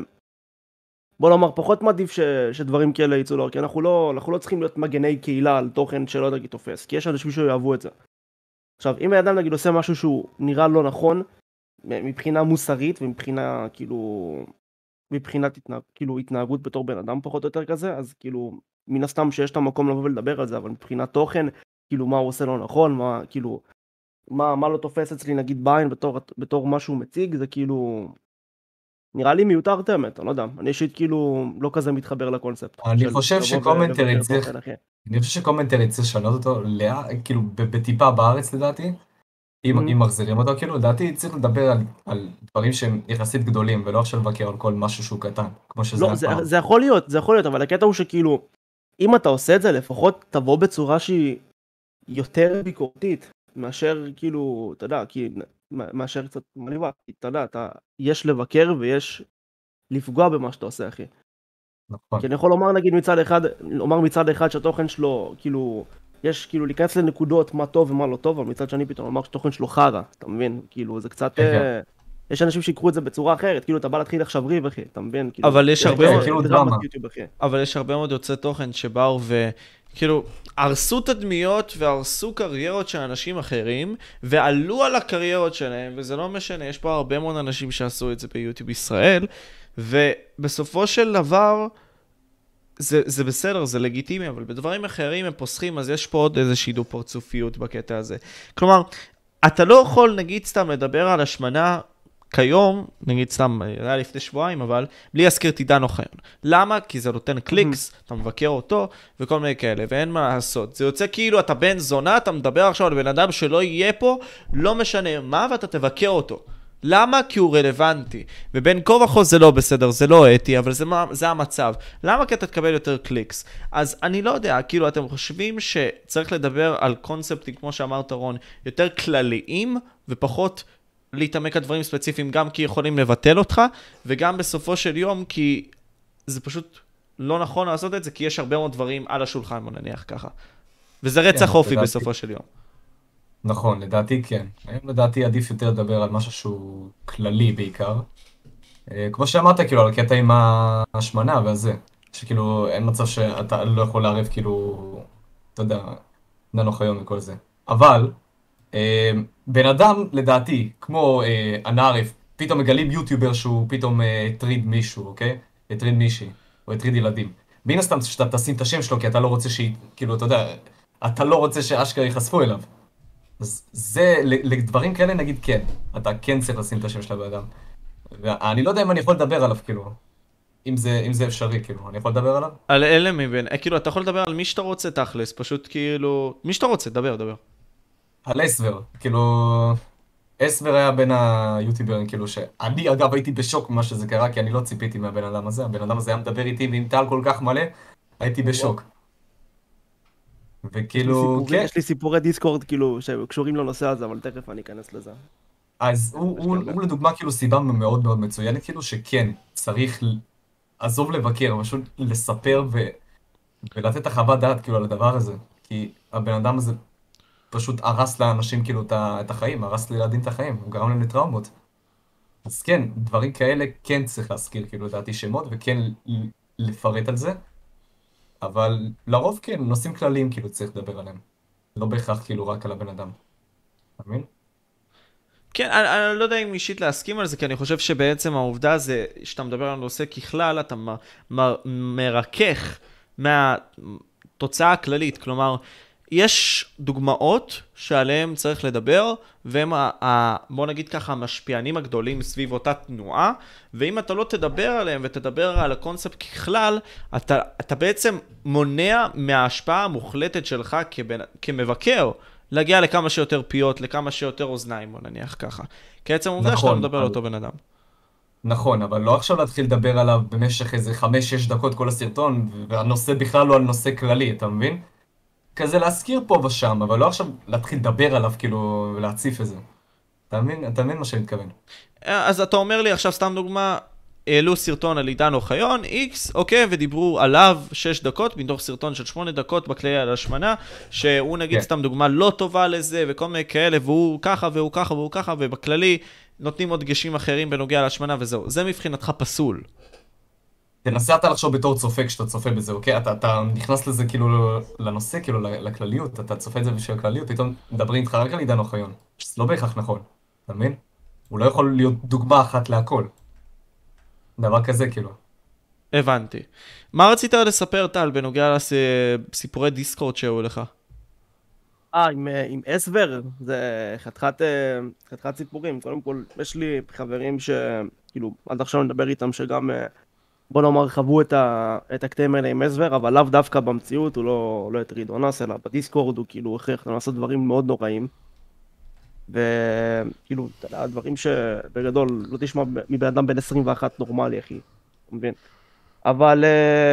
[SPEAKER 3] בוא נאמר, פחות מעדיף שדברים כאלה יצאו לאור, כי אנחנו לא צריכים להיות מגני קהילה על תוכן שלא נגיד תופס, כי יש אנשים שיאהבו את זה. עכשיו, אם האדם נגיד עושה משהו שהוא נראה לא נכון, מבחינה מוסרית ומבחינה כאילו, מבחינת כאילו התנהגות בתור בן אדם פחות או יותר כזה, אז כאילו, מן הסתם שיש את המקום לבוא ולדבר על זה, אבל מבחינת תוכן, כאילו מה הוא עושה לא נכון, מה כאילו, מה לא תופס אצלי נגיד בעין בתור מה שהוא מציג, זה כאילו, נראה לי מיותר תאמת, אני לא יודע, אני אישית כאילו לא כזה מתחבר לקונספט.
[SPEAKER 1] אני חושב שקומנטרי צריך, לשנות אותו, כאילו בטיפה בארץ לדעתי, אם מחזירים אותו, כאילו לדעתי צריך לדבר על דברים שהם יחסית גדולים, ולא עכשיו לבקר על כל משהו שהוא קטן, כמו שזה היה פעם.
[SPEAKER 3] לא, זה יכול להיות, אבל הקטע הוא שכאילו, אם אתה עושה את זה, לפחות תבוא בצורה שהיא יותר ביקורתית, מאשר כאילו, אתה יודע, מאשר קצת מליבה, אתה יודע, יש לבקר ויש לפגוע במה שאתה עושה, אחי.
[SPEAKER 1] נכון.
[SPEAKER 3] כי אני יכול לומר, נגיד, מצד אחד שהתוכן שלו, כאילו, יש כאילו להיכנס לנקודות מה טוב ומה לא טוב, אבל מצד שני פתאום לומר שתוכן שלו חרא, אתה מבין? כאילו, זה קצת, יש אנשים שיקחו את זה בצורה אחרת, כאילו, אתה בא להתחיל עכשיו ריב, אחי, אתה מבין?
[SPEAKER 2] אבל יש הרבה מאוד,
[SPEAKER 1] דרמה.
[SPEAKER 2] אבל יש הרבה מאוד יוצאי תוכן שבאו וכאילו, הרסו תדמיות והרסו קריירות של אנשים אחרים, ועלו על הקריירות שלהם, וזה לא משנה, יש פה הרבה מאוד אנשים שעשו את זה ביוטיוב ישראל, ובסופו של דבר, זה בסדר, זה לגיטימי, אבל בדברים אחרים הם פוסחים, אז יש פה עוד איזושהי דו-פרצופיות בקטע הזה. כלומר, אתה לא יכול, נגיד סתם, לדבר על השמנה כיום, נגיד סתם, היה לפני שבועיים, אבל בלי להזכיר את עידן אוחיון. למה? כי זה נותן קליקס, אתה מבקר אותו, וכל מיני כאלה, ואין מה לעשות. זה יוצא כאילו אתה בן זונה, אתה מדבר עכשיו על בן אדם שלא יהיה פה, לא משנה מה, ואתה תבקר אותו. למה? כי הוא רלוונטי. ובין כה וכה זה לא בסדר, זה לא אתי, אבל זה המצב. למה? כי אתה תקבל יותר קליקס. אז אני לא יודע, כאילו אתם חושבים שצריך לדבר על קונספטים, כמו שאמרת רון, יותר כלליים, ופחות להתעמק על דברים ספציפיים, גם כי יכולים לבטל אותך, וגם בסופו של יום, כי זה פשוט לא נכון לעשות את זה, כי יש הרבה מאוד דברים על השולחן, בוא נניח ככה. וזה רצח אופי בסופו של יום.
[SPEAKER 1] נכון, לדעתי כן. היום לדעתי עדיף יותר לדבר על משהו שהוא כללי בעיקר. כמו שאמרת, כאילו, על קטע עם ההשמנה והזה. שכאילו, אין מצב שאתה לא יכול לערב, כאילו, אתה יודע, עידן אוחיון וכל זה. אבל, בן אדם, לדעתי, כמו אנערף, פתאום מגלים יוטיובר שהוא פתאום הטריד מישהו, אוקיי? הטריד מישהי, או הטריד ילדים. מן הסתם שאתה תשים את השם שלו, כי אתה לא רוצה כאילו, אתה יודע, אתה לא רוצה שאשכרה יחשפו אליו. אז זה, לדברים כאלה נגיד כן, אתה כן צריך לשים את השם של הבן אדם. ואני לא יודע אם אני יכול לדבר עליו, כאילו, אם זה אפשרי, כאילו, אני יכול לדבר עליו?
[SPEAKER 2] על אלה מבין, כאילו, אתה יכול לדבר על מי שאתה רוצה תכלס, פשוט כאילו, מי שאתה רוצה, דבר, דבר.
[SPEAKER 1] על אסבר, כאילו, אסבר היה בין היוטיוברים, כאילו, שאני אגב הייתי בשוק ממה שזה קרה, כי אני לא ציפיתי מהבן אדם הזה, הבן אדם הזה היה מדבר איתי ועם טל כל כך מלא, הייתי
[SPEAKER 3] וואו.
[SPEAKER 1] בשוק. וכאילו, כן,
[SPEAKER 3] יש לי סיפורי דיסקורד כאילו שקשורים לנושא הזה, אבל תכף אני אכנס לזה.
[SPEAKER 1] אז
[SPEAKER 3] יש לי הרבה.
[SPEAKER 1] הוא לדוגמה כאילו סיבה מאוד מאוד מצוינת, כאילו שכן, צריך, עזוב לבקר, פשוט לספר ולתת את החוות דעת כאילו על הדבר הזה. כי הבן אדם הזה פשוט הרס לאנשים כאילו את החיים, הרס לילדים את החיים, הוא גרם להם לטראומות. אז כן, דברים כאלה כן צריך להזכיר כאילו לדעתי שמות וכן לפרט על זה, אבל לרוב כן, נושאים כלליים כאילו צריך לדבר עליהם. לא בהכרח כאילו רק על הבן אדם. אתה מבין?
[SPEAKER 2] כן, אני לא יודע אם אישית להסכים על זה, כי אני חושב שבעצם העובדה זה, שאתה מדבר על נושא ככלל, אתה מרכך מהתוצאה הכללית. כלומר, יש דוגמאות שעליהן צריך לדבר, והם, בוא נגיד ככה, המשפיענים הגדולים סביב אותה תנועה, ואם אתה לא תדבר עליהם ותדבר על הקונספט ככלל, אתה בעצם מונע מההשפעה המוחלטת שלך כמבקר, להגיע לכמה שיותר פיות, לכמה שיותר אוזניים, בוא נניח ככה. כי עצם העובדה שאתה
[SPEAKER 1] נכון,
[SPEAKER 2] מדבר על אותו בן אדם.
[SPEAKER 1] נכון, אבל לא עכשיו להתחיל לדבר עליו במשך איזה 5-6 דקות כל הסרטון, והנושא בכלל לא על נושא כללי, אתה מבין? כזה להזכיר פה ושם, אבל לא עכשיו להתחיל לדבר עליו, כאילו, ולהציף את זה. אתה מבין מה שאני מתכוון?
[SPEAKER 2] אז אתה אומר לי עכשיו, סתם דוגמה, העלו סרטון על עידן אוחיון, X, אוקיי, ודיברו עליו 6 דקות, מתוך סרטון של 8 דקות בכלי על השמנה, שהוא נגיד
[SPEAKER 1] כן.
[SPEAKER 2] סתם דוגמה לא טובה לזה, וכל מיני כאלה, והוא ככה והוא ככה והוא ככה, ובכללי נותנים עוד דגשים אחרים בנוגע להשמנה וזהו. זה מבחינתך פסול.
[SPEAKER 1] תנסה אתה לחשוב בתור צופה כשאתה צופה בזה, אוקיי? אתה נכנס לזה כאילו לנושא, כאילו לכלליות, אתה צופה את זה בשביל הכלליות, פתאום מדברים איתך רק על עידן אוחיון. שזה לא בהכרח נכון, אתה מבין? הוא לא יכול להיות דוגמה אחת להכל. דבר כזה, כאילו.
[SPEAKER 2] הבנתי. מה רצית לספר, טל, בנוגע לסיפורי דיסקורד שהיו לך?
[SPEAKER 3] עם אסבר, זה חתיכת סיפורים. קודם כל, יש לי חברים שכאילו, עד עכשיו נדבר איתם שגם, בוא נאמר, חוו את הקטעים האלה עם אסבר, אבל לאו דווקא במציאות, הוא לא הטריד אונס, אלא בדיסקורד הוא כאילו הכריח אותנו לעשות דברים מאוד נוראים. וכאילו, אתה יודע, דברים שבגדול לא תשמע מבן אדם בן 21 נורמלי, אחי. אתה מבין? אבל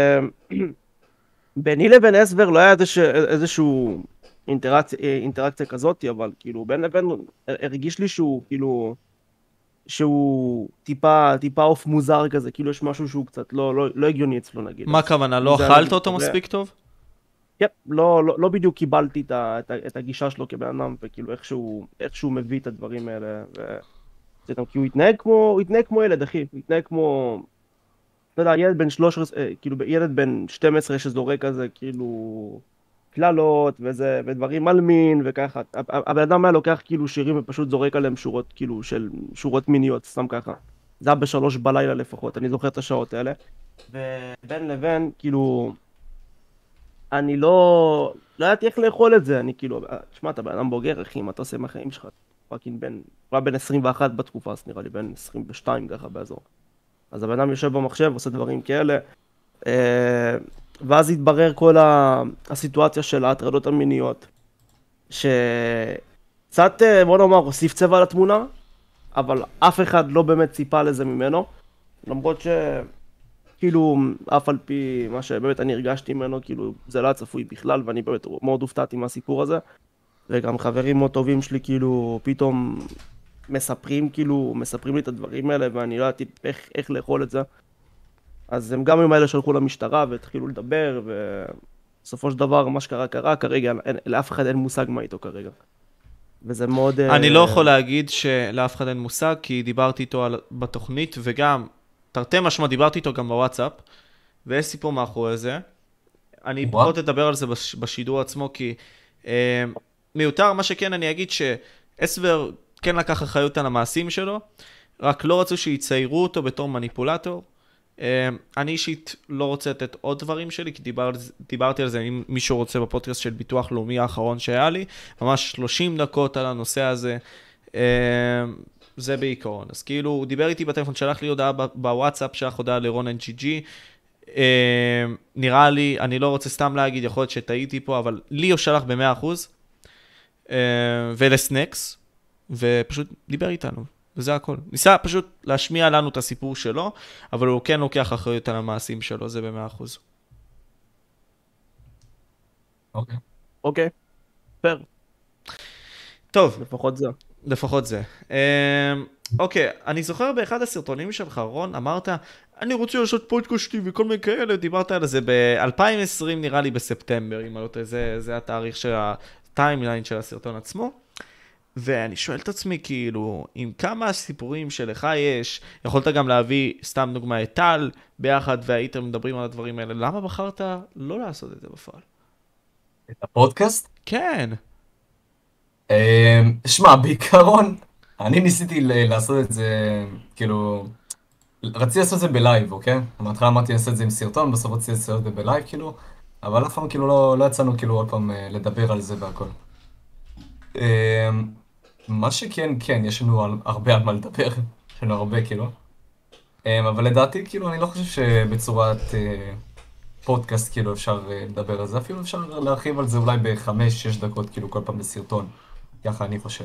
[SPEAKER 3] ביני לבין אסבר לא היה איזשהו אינטראקציה כזאת, אבל כאילו בין לבין הרגיש לי שהוא כאילו, שהוא טיפה אוף מוזר כזה, כאילו יש משהו שהוא קצת לא הגיוני אצלו נגיד.
[SPEAKER 2] מה הכוונה? לא אכלת אותו מספיק טוב?
[SPEAKER 3] יפ, לא בדיוק קיבלתי את הגישה שלו כבן אדם, וכאילו איך שהוא מביא את הדברים האלה, כי הוא התנהג כמו ילד, אחי, הוא התנהג כמו, לא יודע, ילד בן 13, כאילו ילד בן 12 שזורק כזה, כאילו, קללות וזה, ודברים על מין וככה. הבן אדם היה לוקח כאילו שירים ופשוט זורק עליהם שורות, כאילו, של שורות מיניות, סתם ככה. זה היה ב3 בלילה לפחות, אני זוכר את השעות האלה. ובין לבין, כאילו, אני לא ידעתי איך לאכול את זה, אני כאילו, תשמע, אתה בן אדם בוגר, אחי, מה אתה עושה מהחיים שלך? פאקינג הוא היה בן 21 בתקופה, אז נראה לי בן 22 ככה באזור. אז הבן אדם יושב במחשב, עושה דברים כאלה, ואז התברר כל הסיטואציה של ההטרדות המיניות, שקצת, בוא נאמר, הוסיף צבע לתמונה, אבל אף אחד לא באמת ציפה לזה ממנו, למרות כאילו, אף על פי מה שבאמת אני הרגשתי ממנו, כאילו, זה לא היה צפוי בכלל, ואני באמת מאוד הופתעתי מהסיפור הזה, וגם חברים מאוד טובים שלי, כאילו, פתאום מספרים לי את הדברים האלה, ואני לא ידעתי איך לאכול את זה. אז הם גם עם האלה שהלכו למשטרה והתחילו לדבר, ובסופו של דבר מה שקרה קרה, כרגע לאף אחד אין מושג מה איתו כרגע. וזה מאוד...
[SPEAKER 2] אני לא יכול להגיד שלאף אחד אין מושג, כי דיברתי איתו בתוכנית, וגם, תרתי משמע, דיברתי איתו גם בוואטסאפ, ויש סיפור מאחורי זה. אני פחות אדבר על זה בשידור עצמו, כי מיותר. מה שכן, אני אגיד שאסבר כן לקח אחריות על המעשים שלו, רק לא רצו שיציירו אותו בתור מניפולטור, אני אישית לא רוצה לתת עוד דברים שלי, כי דיברתי על זה, אם מישהו רוצה בפודקאסט של ביטוח לאומי האחרון שהיה לי, ממש 30 דקות על הנושא הזה, זה בעיקרון. אז כאילו, הוא דיבר איתי בטלפון, שלח לי הודעה בוואטסאפ, שלח הודעה לרון NGG, נראה לי, אני לא רוצה סתם להגיד, יכול להיות שטעיתי פה, אבל לי הוא שלח ב100%, ולסנקס, ופשוט דיבר איתנו, וזה הכל. ניסה פשוט להשמיע לנו את הסיפור שלו, אבל הוא כן לוקח אחריות על המעשים שלו, זה ב100%.
[SPEAKER 1] אוקיי.
[SPEAKER 3] אוקיי, פייר,
[SPEAKER 2] טוב,
[SPEAKER 3] לפחות זה.
[SPEAKER 2] אוקיי, אני זוכר באחד הסרטונים שלך, רון, אמרת, אני רוצה לעשות פודקאסטי וכל מיני כאלה, דיברת על זה ב-2020 נראה לי בספטמבר, אם לא, זה התאריך של הטיימליין של הסרטון עצמו. ואני שואל את עצמי, כאילו, עם כמה סיפורים שלך יש, יכולת גם להביא, סתם דוגמה, את טל ביחד, והייתם מדברים על הדברים האלה, למה בחרת לא לעשות את זה בפועל?
[SPEAKER 1] את הפודקאסט?
[SPEAKER 2] כן.
[SPEAKER 1] שמע, בעיקרון, אני ניסיתי לעשות את זה, כאילו, רציתי לעשות את זה בלייב, אוקיי? בהתחלה אמרתי לעשות את זה עם סרטון, בסוף רציתי לעשות את זה בלייב, כאילו, אבל אף פעם כאילו לא יצאנו כאילו עוד פעם לדבר על זה והכל. מה שכן, כן, יש לנו הרבה על מה לדבר, יש לנו הרבה כאילו. אבל לדעתי, כאילו, אני לא חושב שבצורת פודקאסט כאילו אפשר לדבר על זה, אפילו אפשר להרחיב על זה אולי ב5-6 דקות, כאילו כל פעם בסרטון, ככה אני חושב.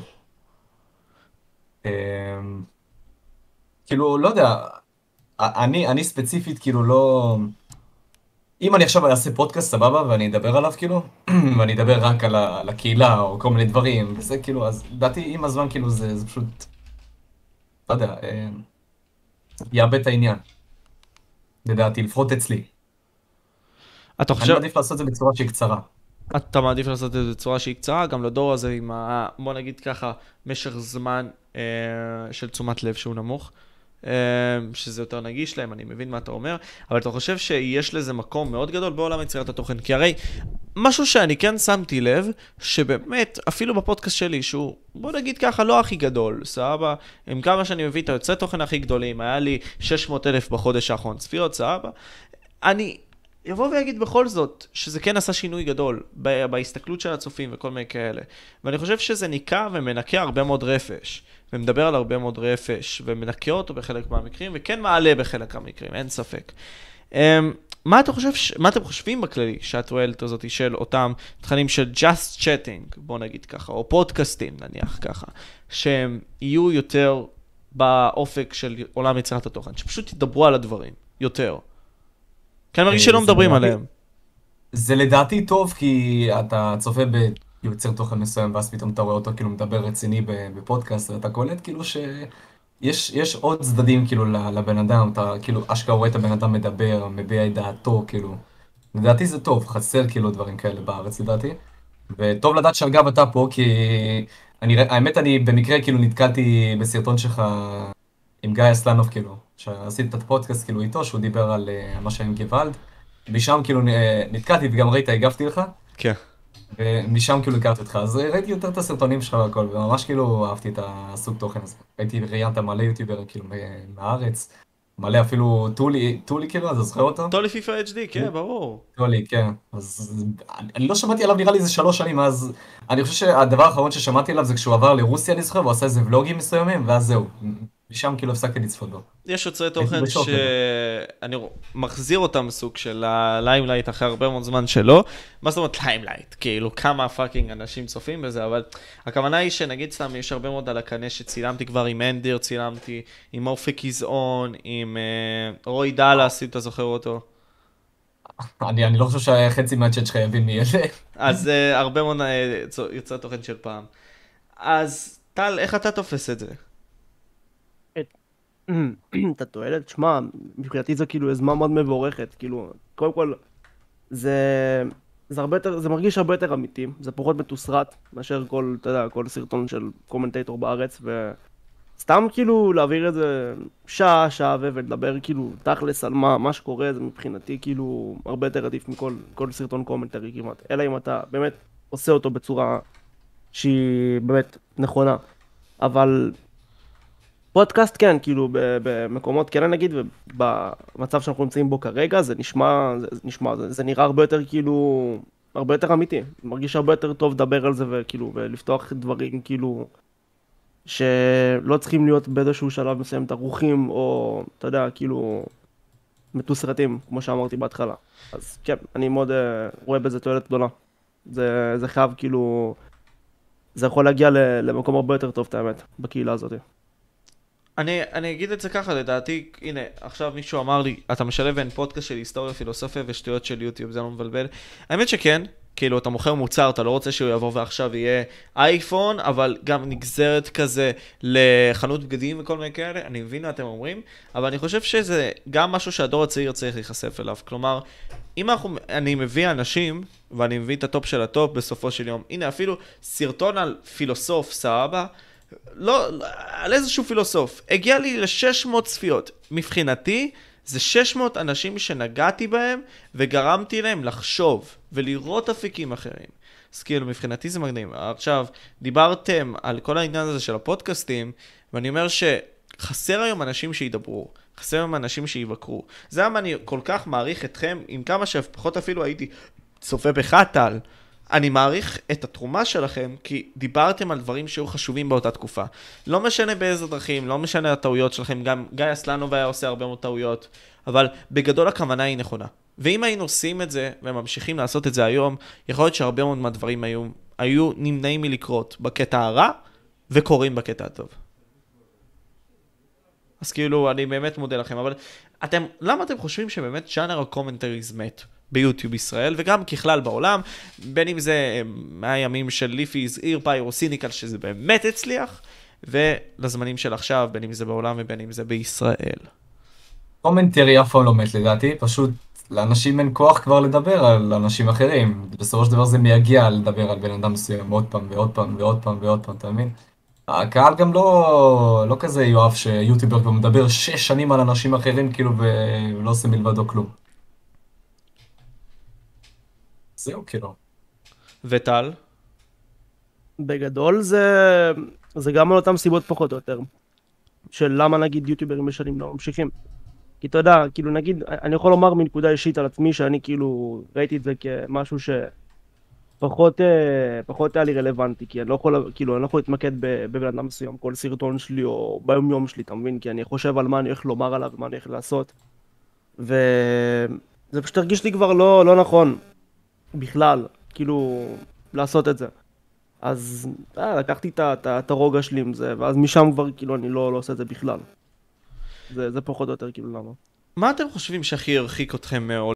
[SPEAKER 1] כאילו, לא יודע, אני ספציפית כאילו לא... אם אני עכשיו אעשה פודקאסט סבבה ואני אדבר עליו כאילו, ואני אדבר רק על הקהילה או כל מיני דברים, וזה כאילו, אז לדעתי עם הזמן כאילו זה פשוט, לא יודע, יאבד את העניין. לדעתי, לפחות אצלי.
[SPEAKER 2] אתה
[SPEAKER 1] אני
[SPEAKER 2] חושב...
[SPEAKER 1] מעדיף לעשות את זה בצורה שהיא קצרה.
[SPEAKER 2] אתה מעדיף לעשות את זה בצורה שהיא קצרה, גם לדור הזה עם בוא נגיד ככה, משך זמן של תשומת לב שהוא נמוך, שזה יותר נגיש להם, אני מבין מה אתה אומר, אבל אתה חושב שיש לזה מקום מאוד גדול בעולם יצירת התוכן, כי הרי משהו שאני כן שמתי לב, שבאמת, אפילו בפודקאסט שלי, שהוא בוא נגיד ככה לא הכי גדול, סבבה, עם כמה שאני מביא את היוצאי תוכן הכי גדולים, היה לי 600,000 בחודש האחרון, צפיות, סבבה, אני יבוא ויגיד בכל זאת שזה כן עשה שינוי גדול בהסתכלות של הצופים וכל מיני כאלה. ואני חושב שזה ניקה ומנקה הרבה מאוד רפש. ומדבר על הרבה מאוד רפש ומנקה אותו בחלק מהמקרים וכן מעלה בחלק מהמקרים, אין ספק. מה אתם חושבים בכללי שהתועלת הזאת של אותם תכנים של just chatting, בוא נגיד ככה, או פודקאסטים נניח ככה, שהם יהיו יותר באופק של עולם יצירת התוכן, שפשוט ידברו על הדברים יותר. כי אני מרגיש שלא מדברים עליהם. זה
[SPEAKER 1] לדעתי טוב, כי אתה צופה ביוצר תוכן מסוים, ואז פתאום אתה רואה אותו כאילו מדבר רציני בפודקאסט, ואתה קולט כאילו שיש עוד צדדים כאילו לבן אדם, אתה כאילו אשכרה רואה את הבן אדם מדבר, מביע את דעתו, כאילו. לדעתי זה טוב, חסר כאילו דברים כאלה בארץ לדעתי. וטוב לדעת שאגב אתה פה, כי האמת אני במקרה כאילו נתקלתי בסרטון שלך עם גיא אסלנוב כאילו. שעשיתי את הפודקאסט כאילו איתו, שהוא דיבר על מה שהיה עם גוואלד. משם כאילו נתקעתי וגם ראית, הגבתי לך.
[SPEAKER 2] כן.
[SPEAKER 1] ומשם כאילו הכרתי אותך. אז ראיתי יותר את הסרטונים שלך והכל, וממש כאילו אהבתי את הסוג תוכן הזה. ראיינת מלא יוטיוברים כאילו מהארץ. מלא אפילו טולי כאילו, אתה זוכר אותו?
[SPEAKER 2] טולי פיפה HD, כן, ברור.
[SPEAKER 1] טולי, כן. אז אני לא שמעתי עליו נראה לי איזה 3 שנים, אז אני חושב שהדבר האחרון ששמעתי עליו זה כשהוא עבר לרוסיה, אני זוכר, והוא עשה איזה ולוגים מסוימים, ואז זהו. משם כאילו הפסקתי לצפות בו.
[SPEAKER 2] יש יוצרי תוכן שאני מחזיר אותם סוג של ליימלייט אחרי הרבה מאוד זמן שלו. מה זאת אומרת ליימלייט? כאילו כמה פאקינג אנשים צופים בזה, אבל הכוונה היא שנגיד סתם יש הרבה מאוד על הקנה שצילמתי כבר עם אנדיר, צילמתי עם אופק איזאון, עם רוי דאלאס, אם אתה זוכר אותו.
[SPEAKER 1] אני לא חושב שהחצי מהצ'אט שלך יבין מי אלה.
[SPEAKER 2] אז הרבה מאוד יוצרי תוכן של פעם. אז טל, איך אתה תופס את זה?
[SPEAKER 3] את התועלת, שמע, מבחינתי זה כאילו יוזמה מאוד מבורכת, כאילו, קודם כל, זה הרבה יותר, זה מרגיש הרבה יותר אמיתי, זה פחות מתוסרט, מאשר כל, אתה יודע, כל סרטון של קומנטייטור בארץ, וסתם כאילו להעביר את זה שעה ולדבר כאילו תכלס על מה שקורה, זה מבחינתי כאילו הרבה יותר עדיף מכל סרטון קומנטרי כמעט, אלא אם אתה באמת עושה אותו בצורה שהיא באמת נכונה, אבל פודקאסט כן, כאילו במקומות כן נגיד, ובמצב שאנחנו נמצאים בו כרגע, זה נראה הרבה יותר כאילו, הרבה יותר אמיתי. מרגיש הרבה יותר טוב לדבר על זה וכאילו, ולפתוח דברים כאילו, שלא צריכים להיות באיזשהו שלב מסוים דרוכים, או אתה יודע, כאילו, מתוסרטים, כמו שאמרתי בהתחלה. אז כן, אני מאוד רואה בזה תועלת גדולה. זה חייב כאילו, זה יכול להגיע למקום הרבה יותר טוב, את האמת, בקהילה הזאת.
[SPEAKER 2] אני אגיד את זה ככה, לדעתי, הנה, עכשיו מישהו אמר לי, אתה משלב בין פודקאסט של היסטוריה, פילוסופיה ושטויות של יוטיוב, זה לא מבלבל. האמת שכן, כאילו, אתה מוכר מוצר, אתה לא רוצה שהוא יבוא ועכשיו יהיה אייפון, אבל גם נגזרת כזה לחנות בגדים וכל מיני כאלה, אני מבין מה אתם אומרים, אבל אני חושב שזה גם משהו שהדור הצעיר צריך להיחשף אליו. כלומר, אם אני מביא אנשים, ואני מביא את הטופ של הטופ בסופו של יום, הנה, אפילו סרטון על פילוסוף, סבבה, לא, על איזשהו פילוסוף, הגיע לי ל-600 צפיות. מבחינתי, זה 600 אנשים שנגעתי בהם, וגרמתי להם לחשוב, ולראות אפיקים אחרים. אז כאילו, מבחינתי זה מגניב. עכשיו, דיברתם על כל העניין הזה של הפודקאסטים, ואני אומר שחסר היום אנשים שידברו, חסר היום אנשים שיבקרו. זה למה אני כל כך מעריך אתכם, עם כמה שפחות אפילו הייתי צופה בך, טל. אני מעריך את התרומה שלכם, כי דיברתם על דברים שהיו חשובים באותה תקופה. לא משנה באיזה דרכים, לא משנה הטעויות שלכם, גם גיא אסלנוב היה עושה הרבה מאוד טעויות, אבל בגדול הכוונה היא נכונה. ואם היינו עושים את זה, וממשיכים לעשות את זה היום, יכול להיות שהרבה מאוד מהדברים היו נמנעים מלקרות בקטע הרע, וקורים בקטע הטוב. אז כאילו, אני באמת מודה לכם, אבל למה אתם חושבים שבאמת ז'אנר הקומנטריז מת ביוטיוב ישראל, וגם ככלל בעולם, בין אם זה מהימים של ליפיז, אירפייר או סיניקל, שזה באמת הצליח, ולזמנים של עכשיו, בין אם זה בעולם ובין אם זה בישראל.
[SPEAKER 1] קומנטרי אף פעם לא מת לדעתי, פשוט לאנשים אין כוח כבר לדבר על אנשים אחרים. בסופו של דבר זה מייגע לדבר על בן אדם מסוים עוד פעם ועוד פעם ועוד פעם ועוד פעם, אתה מבין? הקהל גם לא כזה יואב שיוטיובר כבר מדבר 6 שנים על אנשים אחרים כאילו ולא עושה מלבדו כלום. זהו כאילו.
[SPEAKER 2] וטל?
[SPEAKER 3] בגדול זה גם על אותם סיבות פחות או יותר, של למה נגיד יוטיוברים משנים לא ממשיכים. כי אתה יודע, כאילו נגיד, אני יכול לומר מנקודה אישית על עצמי, שאני כאילו ראיתי את זה כמשהו שפחות היה לי רלוונטי, כי אני לא יכול להתמקד בבן אדם מסוים, כל סרטון שלי או ביום יום שלי, אתה מבין? כי אני חושב על מה אני הולך לומר עליו ומה אני הולך לעשות. וזה פשוט הרגיש לי כבר לא נכון בכלל, כאילו, לעשות את זה. אז לקחתי את הרוגע שלי עם זה, ואז משם כבר כאילו אני לא עושה את זה בכלל. זה פחות או יותר כאילו למה.
[SPEAKER 2] מה אתם חושבים שהכי הרחיק אתכם